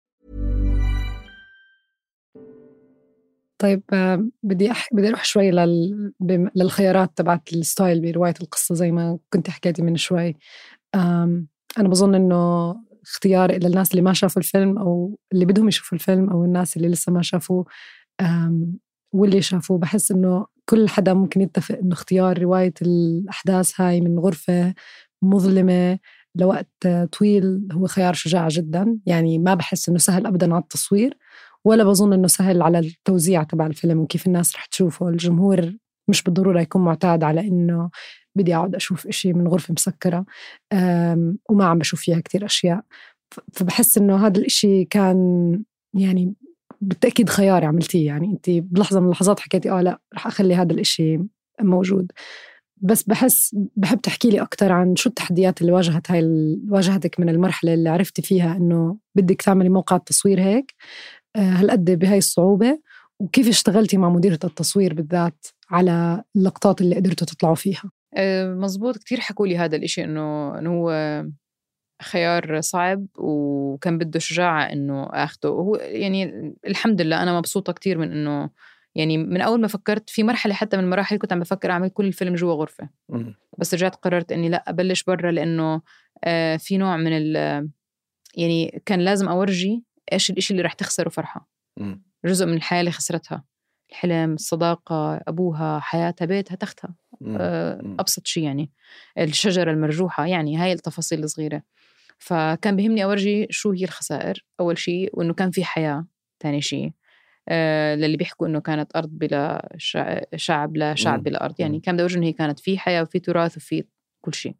طيب بدي أح... بدي أروح شوي لل... للخيارات تبعت الستايل برواية القصة زي ما كنت حكيتي من شوي. أم... أنا بظن إنه اختيار للناس اللي ما شافوا الفيلم أو اللي بدهم يشوفوا الفيلم أو الناس اللي لسه ما شافوه أم... واللي شافوه، بحس إنه كل حدا ممكن يتفق إنه اختيار رواية الأحداث هاي من غرفة مظلمة لوقت طويل هو خيار شجاع جدا. يعني ما بحس إنه سهل أبدا على التصوير، ولا بظن إنه سهل على التوزيع تبع الفيلم وكيف الناس رح تشوفه. الجمهور مش بالضرورة يكون معتاد على إنه بدي أقعد أشوف إشي من غرفة مسكرة وما عم بشوف فيها كتير أشياء. فبحس إنه هذا الإشي كان يعني بالتأكيد خيار عملتيه. يعني أنت بلحظة من اللحظات حكيتي آه لا رح أخلي هذا الإشي موجود. بس بحس بحب تحكي لي أكتر عن شو التحديات اللي واجهت هاي واجهتك من المرحلة اللي عرفتي فيها إنه بدك تعملي موقع التصوير هيك هالقد بهاي الصعوبة، وكيف اشتغلتي مع مديرة التصوير بالذات على اللقطات اللي قدرتوا تطلعوا فيها؟ مزبوط، كتير حكوا لي هذا الإشي إنه إنه هو خيار صعب وكان بده شجاعة إنه أخده. هو يعني الحمد لله أنا مبسوطة كتير من إنه يعني من أول ما فكرت في مرحلة حتى من المراحل كنت عم بفكر أعمل كل الفيلم جوا غرفة، بس رجعت قررت إني لا أبلش برا، لأنه آه في نوع من ال يعني كان لازم أورجي إيش الإشي اللي رح تخسره فرحة. جزء من الحياة اللي خسرتها، الحلم، الصداقة، أبوها، حياتها، بيتها، تختها، آه أبسط شيء يعني الشجرة المرجوحة، يعني هاي التفاصيل الصغيرة. فكان بهمني أورجي شو هي الخسائر أول شيء، وإنه كان في حياة تاني شيء. آه للي بيحكوا إنه كانت أرض بلا شعب لا شعب بلا أرض، يعني كان بدي أورجي إنه هي كانت في حياة وفي تراث وفي كل شيء.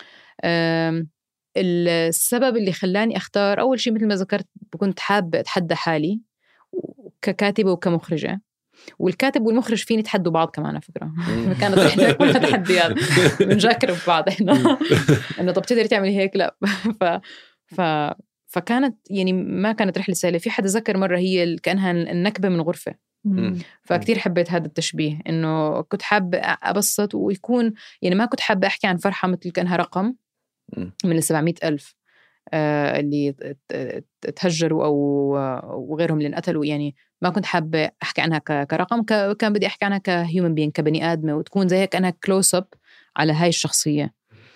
آه السبب اللي خلاني أختار أول شيء مثل ما ذكرت كنت حابة أتحدى حالي ككاتبة وكمخرجة، والكاتب والمخرج فيني تحدوا بعض كمان على فكرة. كانت إحنا كلها تحديات بنجاكر ببعض إحنا إنه طب تقدري تعملي هيك لا ف... ف... فكانت يعني ما كانت رحلة سهلة. في حدا ذكر مرة هي كأنها النكبة من غرفة، فكتير حبيت هذا التشبيه، إنه كنت حابة أبسط ويكون يعني ما كنت حابة أحكي عن فرحة مثل كأنها رقم من السبعمية ألف آه اللي تهجروا أو وغيرهم اللي انقتلوا. يعني ما كنت حابة أحكي عنها كرقم، كان بدي أحكي عنها كهيومن بين، كبني آدمة، وتكون زي هيك أنا كلوز أب على هاي الشخصية،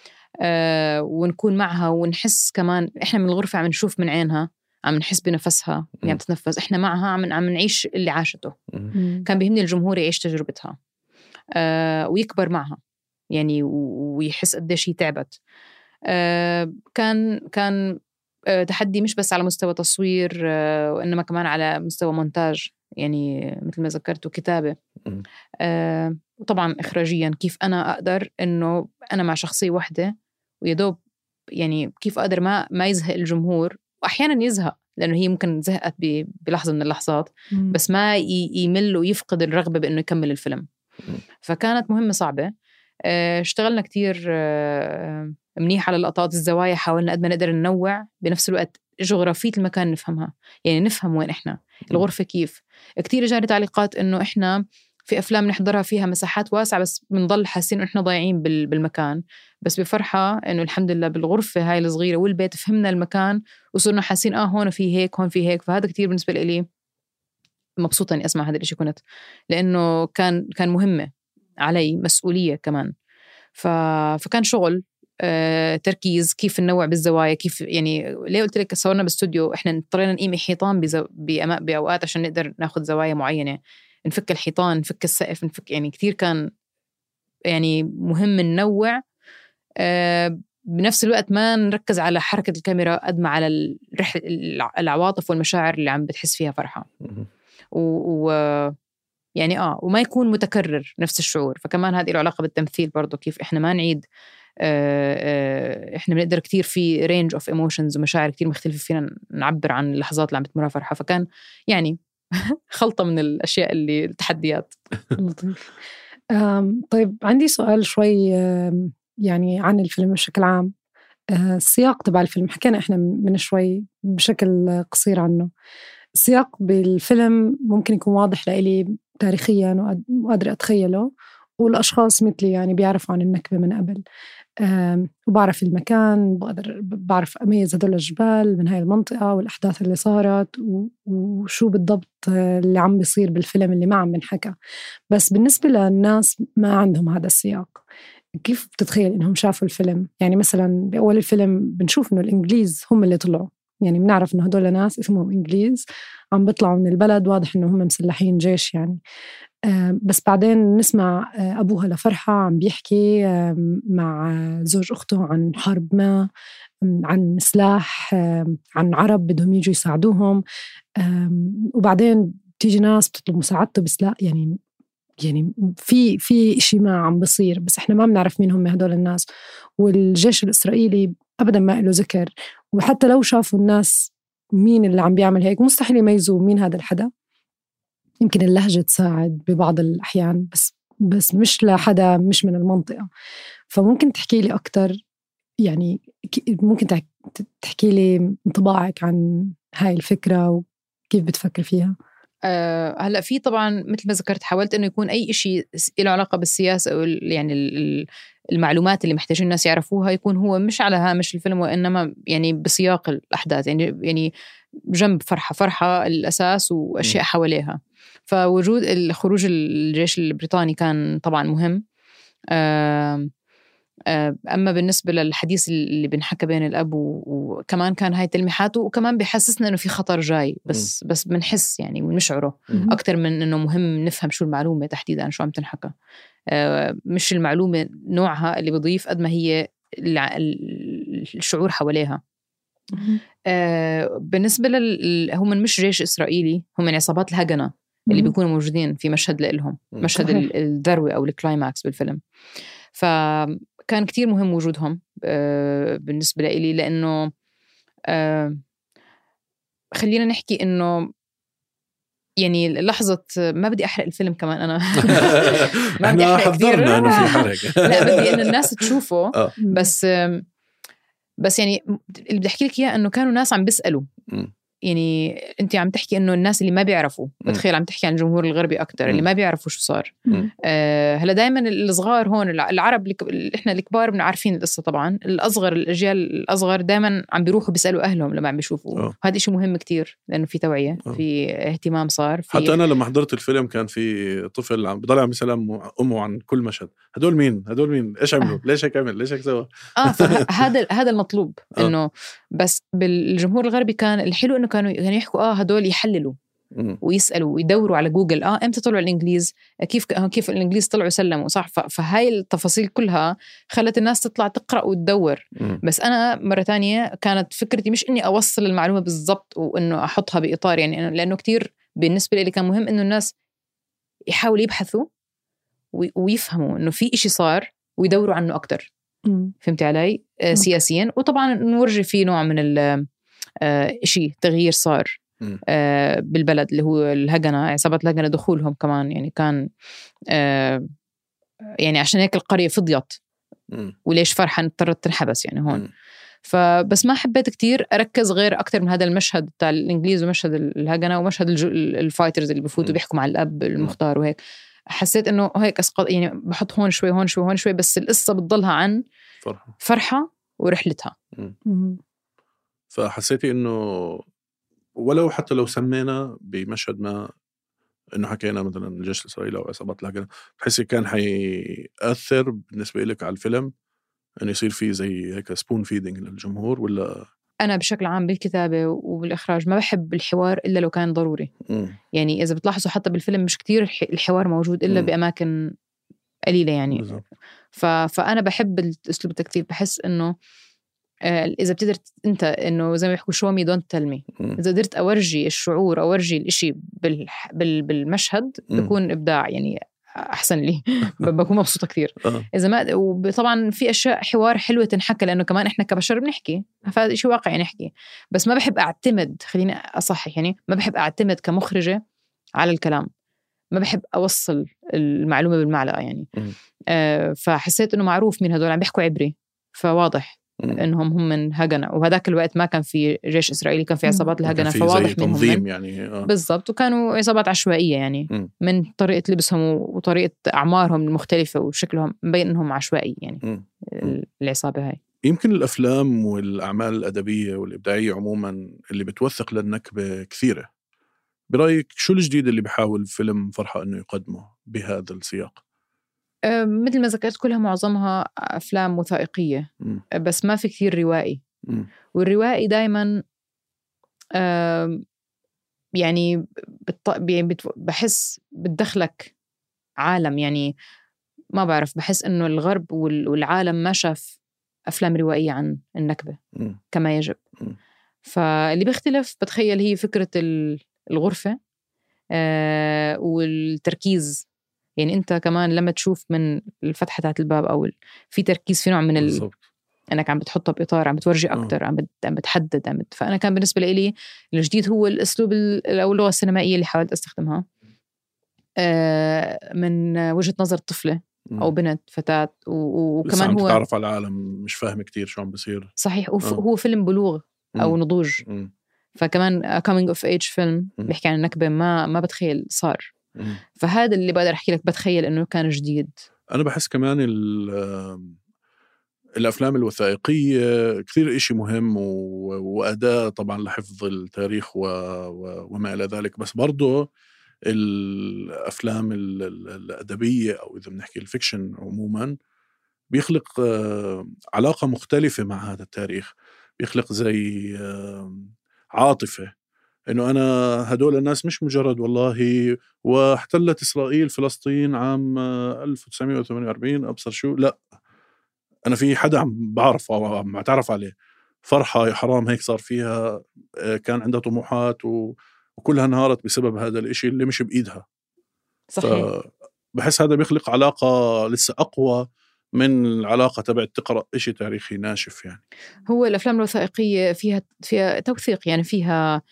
آه ونكون معها ونحس كمان إحنا من الغرفة عم نشوف من عينها، عم نحس بنفسها يعني تتنفس، إحنا معها عم عم نعيش اللي عاشته. كان بيهمني الجمهور يعيش تجربتها آه ويكبر معها يعني ويحس قديش هي تعبت. آه كان كان آه تحدي مش بس على مستوى تصوير آه وإنما كمان على مستوى مونتاج، يعني مثل ما ذكرت، وكتابة آه وطبعا إخراجيا كيف أنا أقدر إنه أنا مع شخصية واحدة ويدوب يعني كيف أقدر ما ما يزهق الجمهور، وأحيانا يزهق لأنه هي ممكن زهقت بلحظة من اللحظات، بس ما يمل ويفقد الرغبة بأنه يكمل الفيلم. فكانت مهمة صعبة. آه اشتغلنا كتير آه منيح على لقطات الزوايا، حاولنا قد ما نقدر ننوع، بنفس الوقت جغرافية المكان نفهمها، يعني نفهم وين إحنا الغرفة كيف. كتير جاري تعليقات إنه إحنا في أفلام نحضرها فيها مساحات واسعة بس بنضل حاسين إنه إحنا ضايعين بالمكان، بس بفرحة إنه الحمد لله بالغرفة هاي الصغيرة والبيت فهمنا المكان وصرنا حاسين آه هون في هيك هون في هيك. فهذا كتير بالنسبة لي مبسوطة إني أسمع هذا الشيء، كنت لأنه كان كان مهمة علي، مسؤولية كمان. ف... فكان شغل آه، تركيز، كيف ننوع بالزوايا، كيف يعني ليه قلت لك صورنا باستوديو إحنا اضطرينا نقيم حيطان بزو... بأما... بأوقات عشان نقدر ناخد زوايا معينة، نفك الحيطان، نفك السقف، نفك يعني كتير كان يعني مهم ننوع. آه، بنفس الوقت ما نركز على حركة الكاميرا قد ما على الرح... العواطف والمشاعر اللي عم بتحس فيها فرحة و... و... يعني آه وما يكون متكرر نفس الشعور. فكمان هذه له علاقة بالتمثيل برضو، كيف إحنا ما نعيد آه آه إحنا بنقدر كتير في range of emotions ومشاعر كتير مختلفة فينا نعبر عن اللحظات اللي عم بتمرها فرحة. فكان يعني خلطة من الأشياء اللي التحديات. لطيف. طيب عندي سؤال شوي يعني عن الفيلم بشكل عام. السياق تبع الفيلم حكينا إحنا من شوي بشكل قصير عنه. السياق بالفيلم ممكن يكون واضح لإلي تاريخياً وقادر أتخيله، والأشخاص مثلي يعني بيعرفوا عن النكبة من قبل، وبعرف المكان، بقدر بعرف أميز هدول الجبال من هاي المنطقة والأحداث اللي صارت وشو بالضبط اللي عم بيصير بالفيلم اللي ما عم بنحكى. بس بالنسبة للناس ما عندهم هذا السياق، كيف بتتخيل إنهم شافوا الفيلم؟ يعني مثلاً بأول الفيلم بنشوف إنه الإنجليز هم اللي طلعوا، يعني بنعرف إنه هدول ناس اسمهم إنجليز عم بيطلعوا من البلد، واضح إنه هم مسلحين جيش يعني. آه بس بعدين نسمع آه أبوها لفرحة عم بيحكي آه مع زوج أخته عن حرب ما، عن سلاح، آه عن عرب بدهم يجوا يساعدوهم، آه وبعدين تيجي ناس بتطلب مساعدته بسلاح. يعني يعني في في إشي ما عم بصير، بس إحنا ما بنعرف مين هم هدول الناس. والجيش الإسرائيلي أبداً ما له ذكر، وحتى لو شافوا الناس مين اللي عم بيعمل هيك مستحيل يميزوا مين هذا الحدا. يمكن اللهجة تساعد ببعض الأحيان، بس بس مش لحدا مش من المنطقة. فممكن تحكي لي أكتر، يعني ممكن تحكي لي انطباعك عن هاي الفكرة وكيف بتفكر فيها؟ أه هلأ في طبعا مثل ما ذكرت حاولت إنه يكون أي إشي له علاقة بالسياسة أو يعني المعلومات اللي محتاجين الناس يعرفوها يكون هو مش على هامش الفيلم، وإنما يعني بسياق الأحداث، يعني يعني جنب فرحة فرحة الأساس وأشياء حواليها. فوجود الخروج الجيش البريطاني كان طبعا مهم. أه أما بالنسبة للحديث اللي بنحكى بين الأب وكمان كان هاي تلميحاته، وكمان بيحسسنا إنه في خطر جاي، بس م. بس بنحس يعني ونشعره م. أكتر من إنه مهم نفهم شو المعلومة تحديدا شو عم تنحكى. آه مش المعلومة نوعها اللي بضيف قد ما هي الشعور حواليها. آه بالنسبة لل هم مش جيش إسرائيلي، هم من عصابات الهجنة اللي بيكونوا موجودين في مشهد لإلهم، مشهد الذروة أو الكلايماكس بالفيلم. ف كان كتير مهم وجودهم آه بالنسبة لي، لأنه آه خلينا نحكي إنه يعني لحظة ما بدي أحرق الفيلم كمان أنا ما بدي أحرق حضرنا إنه في حرق لا بدي إنه الناس تشوفه بس آه بس يعني اللي بدي أحكي لك إياه إنه كانوا ناس عم بيسألوا. يعني أنت عم تحكي إنه الناس اللي ما بيعرفوا، بتخيل عم تحكي عن الجمهور الغربي أكتر م. اللي ما بيعرفوا شو صار. آه هلا دايما الصغار هون العرب اللي إحنا الكبار بنعرفين القصة طبعا، الأصغر الأجيال الأصغر دايما عم بيروحوا بيسألوا أهلهم لما عم بيشوفوا. هذا إشي مهم كتير لأنه في توعية أوه. في اهتمام صار في. حتى أنا لما حضرت الفيلم كان في طفل عم بضل عم يسلم أمه عن كل مشهد، هدول مين هدول مين إيش عملوا آه. ليش هيك عمل ليش هيك سوى. آه فهذا هذا المطلوب آه. إنه بس بالجمهور الغربي كان الحلو إنه كانوا يعني يحكوا آه هدول يحللوا م. ويسألوا ويدوروا على جوجل آه إمتى طلعوا الإنجليز، كيف كيف الإنجليز طلعوا سلموا صح. فهاي التفاصيل كلها خلت الناس تطلع تقرأ وتدور. م. بس أنا مرة تانية كانت فكرتي مش إني أوصل المعلومة بالضبط وإنه أحطها بإطار، يعني لأنه كتير بالنسبة لي كان مهم إنه الناس يحاولوا يبحثوا ويفهموا إنه في إشي صار ويدوروا عنه أكتر. م. فهمتي علي؟ آه سياسيا، وطبعا نورجي فيه نوع من ال آه إشي تغيير صار آه بالبلد اللي هو الهجنة، عصابات الهجنة دخولهم كمان يعني كان آه يعني عشان هيك القرية فضيت م. وليش فرحة اضطرت تنحبس يعني هون. م. فبس ما حبيت كتير أركز غير أكتر من هذا المشهد بتاع الإنجليز ومشهد الهجنة ومشهد الفايترز اللي بفوتوا بيحكوا مع الأب المختار وهيك. حسيت إنه هيك أسقط يعني بحط هون شوي هون شوي هون شوي، بس القصة بتضلها عن فرحة, فرحة ورحلتها. م. فحسيتي إنه ولو حتى لو سمينا بمشهد ما إنه حكينا مثلا الجيش الإسرائيلي أو عصابات الهجنة، بحسي كان حيأثر بالنسبة لك على الفيلم انه يصير فيه زي هيك سبون فيدنج للجمهور؟ ولا أنا بشكل عام بالكتابة وبالإخراج ما بحب الحوار إلا لو كان ضروري. م. يعني إذا بتلاحظوا حتى بالفيلم مش كتير الحوار موجود إلا م. بأماكن قليلة يعني بالضبط. ف... فأنا بحب الأسلوب التكتيب. بحس إنه آه إذا بتقدر أنت إنه زي ما بيحكوا show me don't tell me م. إذا قدرت أورجي الشعور أورجي الإشي بال... بال... بالمشهد م. بيكون إبداع يعني أحسن لي. بكون مبسوطة كثير. إذا ما وطبعا في أشياء حوار حلوة تنحكى لأنه كمان إحنا كبشر بنحكي فهذا شيء واقعي نحكي. بس ما بحب أعتمد خليني أصحح يعني ما بحب أعتمد كمخرجة على الكلام. ما بحب أوصل المعلومة بالمعلقة يعني. آه فحسيت إنه معروف مين هدول عم بيحكوا عبري فواضح إنهم هم من هجنة. وهذاك الوقت ما كان في جيش إسرائيلي كان في عصابات الهجنة فواضح منهم تنظيم يعني آه. بالضبط. وكانوا عصابات عشوائية يعني م. من طريقة لبسهم وطريقة أعمارهم المختلفة وشكلهم مبين إنهم عشوائي يعني م. العصابة هاي. يمكن الأفلام والأعمال الأدبية والإبداعية عموما اللي بتوثق للنكبة كثيرة. برأيك شو الجديد اللي بيحاول فيلم فرحة إنه يقدمه بهذا السياق؟ أه مثل ما ذكرت كلها معظمها أفلام وثائقية م. بس ما في كثير روائي م. والروائي دايما أه يعني بت... بحس بتدخلك عالم يعني ما بعرف. بحس إنه الغرب والعالم ما شاف أفلام روائية عن النكبة م. كما يجب م. فاللي بيختلف بتخيل هي فكرة الغرفة أه والتركيز. يعني أنت كمان لما تشوف من الفتحة تحت الباب أو في تركيز في نوع من ال... أنك عم بتحطها بإطار عم بتورجي أكتر عم, بت... عم بتحدد عم بت... فأنا كان بالنسبة لي الجديد هو الأسلوب ال... أو اللغة السينمائية اللي حاولت أستخدمها آه من وجهة نظر طفلة أو بنت فتاة و... وكمان هو تعرف على العالم مش فاهم كتير شو عم بصير. صحيح. وف... هو فيلم بلوغ أو م. نضوج م. فكمان coming of age فيلم بيحكي عن النكبة ما ما بتخيل صار. مم. فهذا اللي بقدر أحكي لك بتخيل إنه كان جديد. أنا بحس كمان الأفلام الوثائقية كثير إشي مهم وأداة طبعا لحفظ التاريخ وما إلى ذلك. بس برضو الأفلام الأدبية أو إذا بنحكي الفيكشن عموما بيخلق علاقة مختلفة مع هذا التاريخ. بيخلق زي عاطفة إنه أنا هدول الناس مش مجرد والله واحتلت إسرائيل فلسطين عام ألف وتسعمية وثمانية وأربعين أبصر شو. لا أنا في حدا عم بعرف أو عم أتعرف عليه. فرحة يا حرام هيك صار فيها كان عندها طموحات وكلها انهارت بسبب هذا الإشي اللي مش بإيدها. صحيح. بحس هذا بيخلق علاقة لسه أقوى من العلاقة تبع تقرأ إشي تاريخي ناشف. يعني هو الأفلام الوثائقية فيها فيها توثيق يعني فيها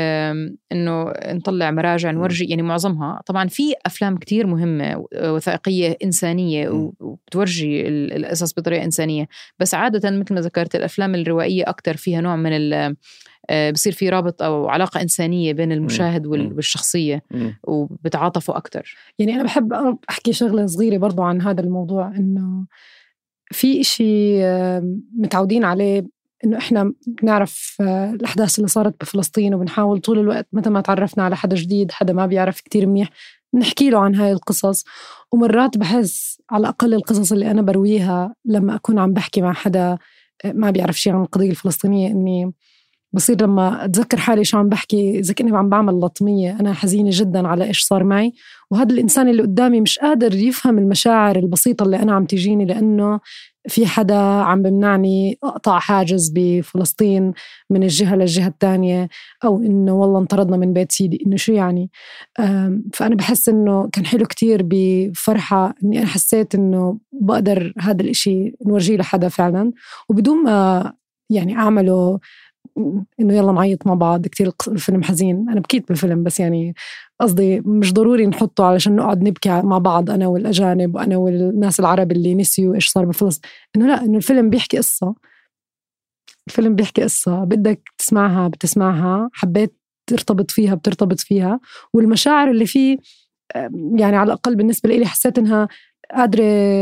إنه نطلع مراجع نورجي يعني معظمها. طبعا في أفلام كتير مهمة وثائقية إنسانية وبتورجي القصص بطريقة إنسانية. بس عادة مثل ما ذكرت الأفلام الروائية أكتر فيها نوع من ال بصير في رابط أو علاقة إنسانية بين المشاهد والشخصية وبتعاطفوا أكتر. يعني أنا بحب أحكي شغلة صغيرة برضو عن هذا الموضوع. إنه في إشي متعودين عليه إنه إحنا بنعرف الأحداث اللي صارت بفلسطين وبنحاول طول الوقت متى ما تعرفنا على حدا جديد حدا ما بيعرف كتير منيح نحكي له عن هاي القصص. ومرات بحس على الأقل القصص اللي أنا برويها لما أكون عم بحكي مع حدا ما بيعرف شيء عن القضية الفلسطينية إني بصير لما أتذكر حالي شو عم بحكي إذا كني عم بعمل لطمية أنا حزينة جدا على إيش صار معي. وهذا الإنسان اللي قدامي مش قادر يفهم المشاعر البسيطة اللي أنا عم تجيني لأنه في حدا عم بمنعني أقطع حاجز بفلسطين من الجهة للجهة الثانية أو إنه والله انطردنا من بيت سيدي إنه شو يعني. فأنا بحس إنه كان حلو كتير بفرحة إني أنا حسيت إنه بقدر هذا الإشي نورجيه لحدا فعلا وبدون ما يعني أعمله إنه يلا نعيط مع بعض. كتير الفيلم حزين أنا بكيت بالفيلم بس يعني قصدي مش ضروري نحطه علشان نقعد نبكي مع بعض أنا والأجانب وأنا والناس العرب اللي نسيوا إيش صار بفلسطين. إنه لا إنه الفيلم بيحكي قصة. الفيلم بيحكي قصة بدك تسمعها بتسمعها حبيت ترتبط فيها بترتبط فيها. والمشاعر اللي فيه يعني على الأقل بالنسبة لي حسيت إنها قادرة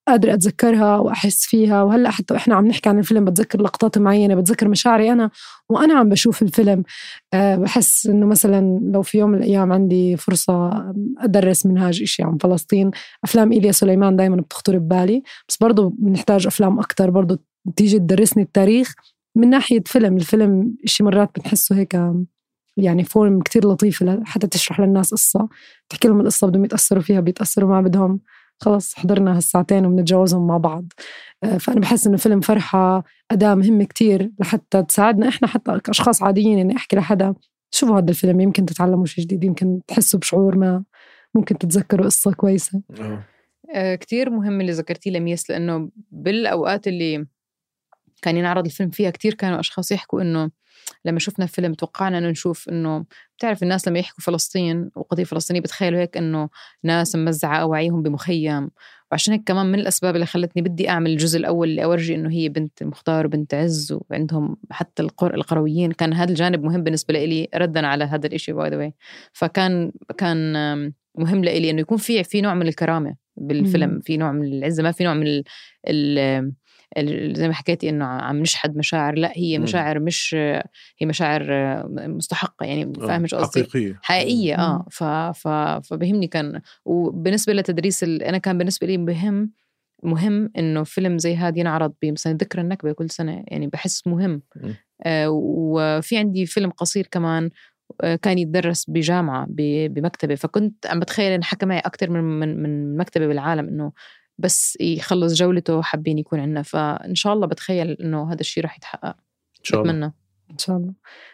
قادرة أتذكرها وأحس فيها. وهلأ حتى إحنا عم نحكي عن الفيلم بتذكر لقطات معينة، بتذكر مشاعري أنا وأنا عم بشوف الفيلم. أه بحس إنه مثلا لو في يوم من الأيام عندي فرصة أدرس منهاج إشي عن فلسطين، أفلام إيليا سليمان دايما بتخطر ببالي، بس برضو بنحتاج أفلام أكتر برضو تيجي تدرسني التاريخ من ناحية فيلم. الفيلم إشي مرات بنحسه هيك يعني فورم كتير لطيفة حتى تشرح للناس قصة، تحكي لهم القصة بدهم يتأثروا فيها بيتأثروا، ما بدهم خلص حضرنا هالساعتين وبنتجاوزهم مع بعض. فأنا بحس إنه فيلم فرحة أداة مهمة كتير لحتى تساعدنا إحنا حتى كأشخاص عاديين إني أحكي لحدا شوفوا هذا الفيلم، يمكن تتعلموا شيء جديد، يمكن تحسوا بشعور ما، ممكن تتذكروا قصة كويسة. أه كتير مهم اللي ذكرتيه لميس، لأنه بالأوقات اللي كان ينعرض الفيلم فيها كتير كانوا أشخاص يحكوا إنه لما شفنا الفيلم توقعنا إنه نشوف إنه بتعرف الناس لما يحكوا فلسطين وقضية فلسطينية بتخيلوا هيك إنه ناس ممزعة أواعيهم بمخيم. وعشان هيك كمان من الأسباب اللي خلتني بدي أعمل الجزء الأول اللي أورجي إنه هي بنت مختار وبنت عز وعندهم حتى القر القرويين، كان هذا الجانب مهم بالنسبة لي ردا على هذا الإشي باي ذا واي. فكان كان مهم لي إنه يكون في في نوع من الكرامة بالفيلم، في نوع من العزة، ما في نوع من ال ال زي ما حكيتي إنه عم نشحد مشاعر، لا هي مشاعر مش هي مشاعر مستحقة يعني، فاهم مش قصدي حقيقية حقيقية. آه ف ف فبهمني كان. وبالنسبة لتدريس ال... أنا كان بالنسبة لي مهم مهم إنه فيلم زي هذا ينعرض بمثلا ذكرى النكبة كل سنة، يعني بحس مهم. آه وفي عندي فيلم قصير كمان كان يتدرس بجامعة بمكتبة، فكنت عم بتخيل إن حكى معي أكتر من من من مكتبة بالعالم إنه بس يخلص جولته حابين يكون عنا. فإن شاء الله بتخيل إنه هذا الشيء راح يتحقق إن شاء الله. أتمنى إن شاء الله.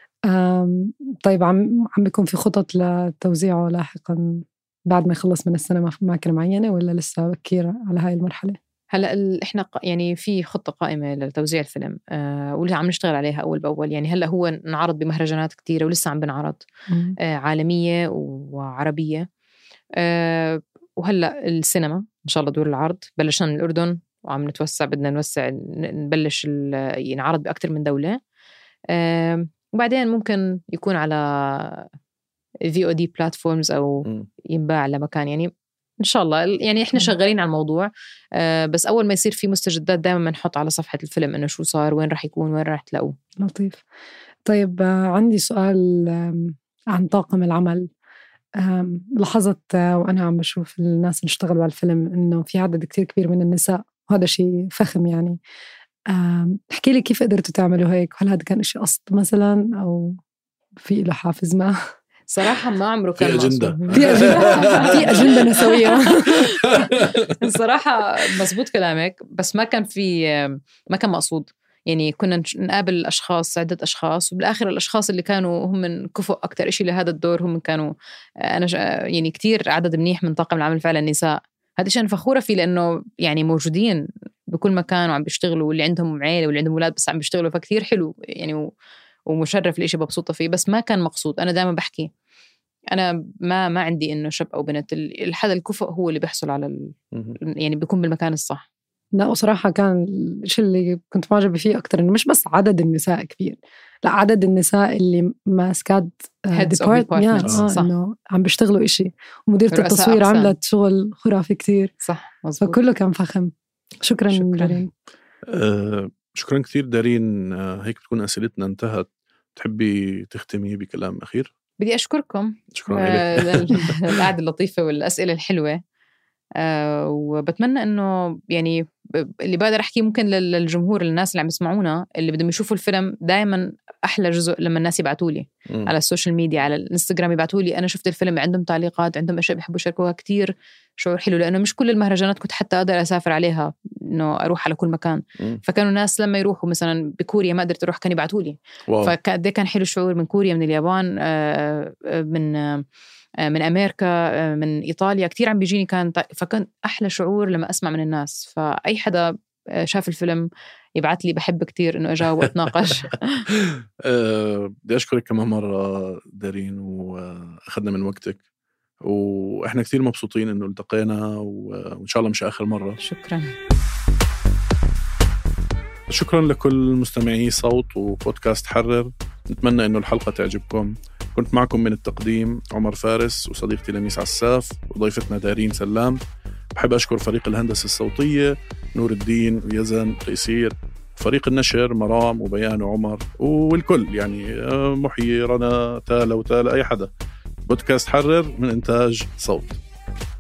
طيب عم عم بيكون في خطط لتوزيعه لاحقا بعد ما يخلص من السينما في أماكن معينة ولا لسه بكير على هاي المرحلة؟ هلا إحنا يعني في خطة قائمة لتوزيع الفيلم أه ولسه عم نشتغل عليها أول بأول. يعني هلا هو نعرض بمهرجانات كتيرة ولسه عم بنعرض أه عالمية وعربية. أه وهلا السينما إن شاء الله دور العرض بلشنا من الأردن وعم نتوسع، بدنا نوسع نبلش ينعرض بأكتر من دولة. أه وبعدين ممكن يكون على في او دي بلاتفورمز أو ينباع لمكان يعني إن شاء الله. يعني إحنا شغالين على الموضوع أه بس أول ما يصير في مستجدات دائما بنحط على صفحة الفيلم إنه شو صار، وين راح يكون، وين راح تلاقوه. لطيف. طيب عندي سؤال عن طاقم العمل. لاحظت وأنا عم بشوف الناس اللي اشتغلوا على الفيلم إنه في عدد كتير كبير من النساء، وهذا شيء فخم يعني. احكي لي كيف قدرتوا تعملوا هيك؟ هل هذا كان إشي قصد مثلا أو في له حافز ما؟ صراحة ما عمره كان في أجندة في أجندة في أجندة نسوية. صراحة مزبوط كلامك، بس ما كان في ما كان مقصود. يعني كنا نقابل أشخاص عدة أشخاص وبالآخر الأشخاص اللي كانوا هم من كفؤ أكتر إشي لهذا الدور هم كانوا أنا يعني كتير عدد منيح من طاقم العمل فعلا نساء. هذا الشيء أنا فخورة فيه لأنه يعني موجودين بكل مكان وعم بيشتغلوا، واللي عندهم عيلة واللي عندهم أولاد بس عم بيشتغلوا، فكتير حلو يعني ومشرف الإشي ببسوطة فيه. بس ما كان مقصود. أنا دائما بحكي أنا ما ما عندي إنه شاب أو بنت، الحدا الكفؤ هو اللي بيحصل على ال... يعني بيكون بالمكان الصح. لا وصراحة كان الشيء اللي كنت معجبة فيه أكتر إنه مش بس عدد النساء كبير، لا عدد النساء اللي ماسكات ديبارتمنت آه إنه عم بيشتغلوا إشي، ومديرة التصوير أحسن. عملت شغل خرافي كتير صح مزبوط. فكله كان فخم. شكرا شكرا دارين. آه شكرا كثير دارين. آه هيك بتكون أسئلتنا انتهت. تحبي تختمي بكلام أخير؟ بدي أشكركم شكرا آه القعدة اللطيفة والأسئلة الحلوة. أه وبتمنى إنه يعني اللي بقدر أحكي ممكن للجمهور، الناس اللي عم يسمعونا اللي بدهم يشوفوا الفيلم، دائما أحلى جزء لما الناس يبعتولي على السوشيال ميديا على الانستغرام، يبعتولي أنا شفت الفيلم، عندهم تعليقات، عندهم أشياء بيحبوا يشاركوها، كتير شعور حلو. لأنه مش كل المهرجانات كنت حتى أقدر أسافر عليها إنه أروح على كل مكان. م. فكانوا الناس لما يروحوا مثلا بكوريا ما قدرت أروح كان يبعتولي، فده كان حلو الشعور من كوريا، من اليابان، من من أمريكا، من إيطاليا، كتير عم بيجيني كان. فكان أحلى شعور لما أسمع من الناس. فأي حدا شاف الفيلم يبعت لي، بحب كتير إنه أجاوب وأتناقش. بدي أشكرك كمان مرة دارين، وأخذنا من وقتك، وإحنا كتير مبسوطين إنه التقينا، وإن شاء الله مش آخر مرة. شكرا. شكرا لكل مستمعي صوت وبودكاست حرر. نتمنى إنه الحلقة تعجبكم. كنت معكم من التقديم عمر فارس، وصديقتي لميس عساف، وضيفتنا دارين سلام. بحب أشكر فريق الهندسة الصوتية نور الدين ويزن تيسير، فريق النشر مرام وبيان وعمر والكل، يعني محيي رنا تالا وتالا أي حدا. بودكاست حرر من إنتاج صوت.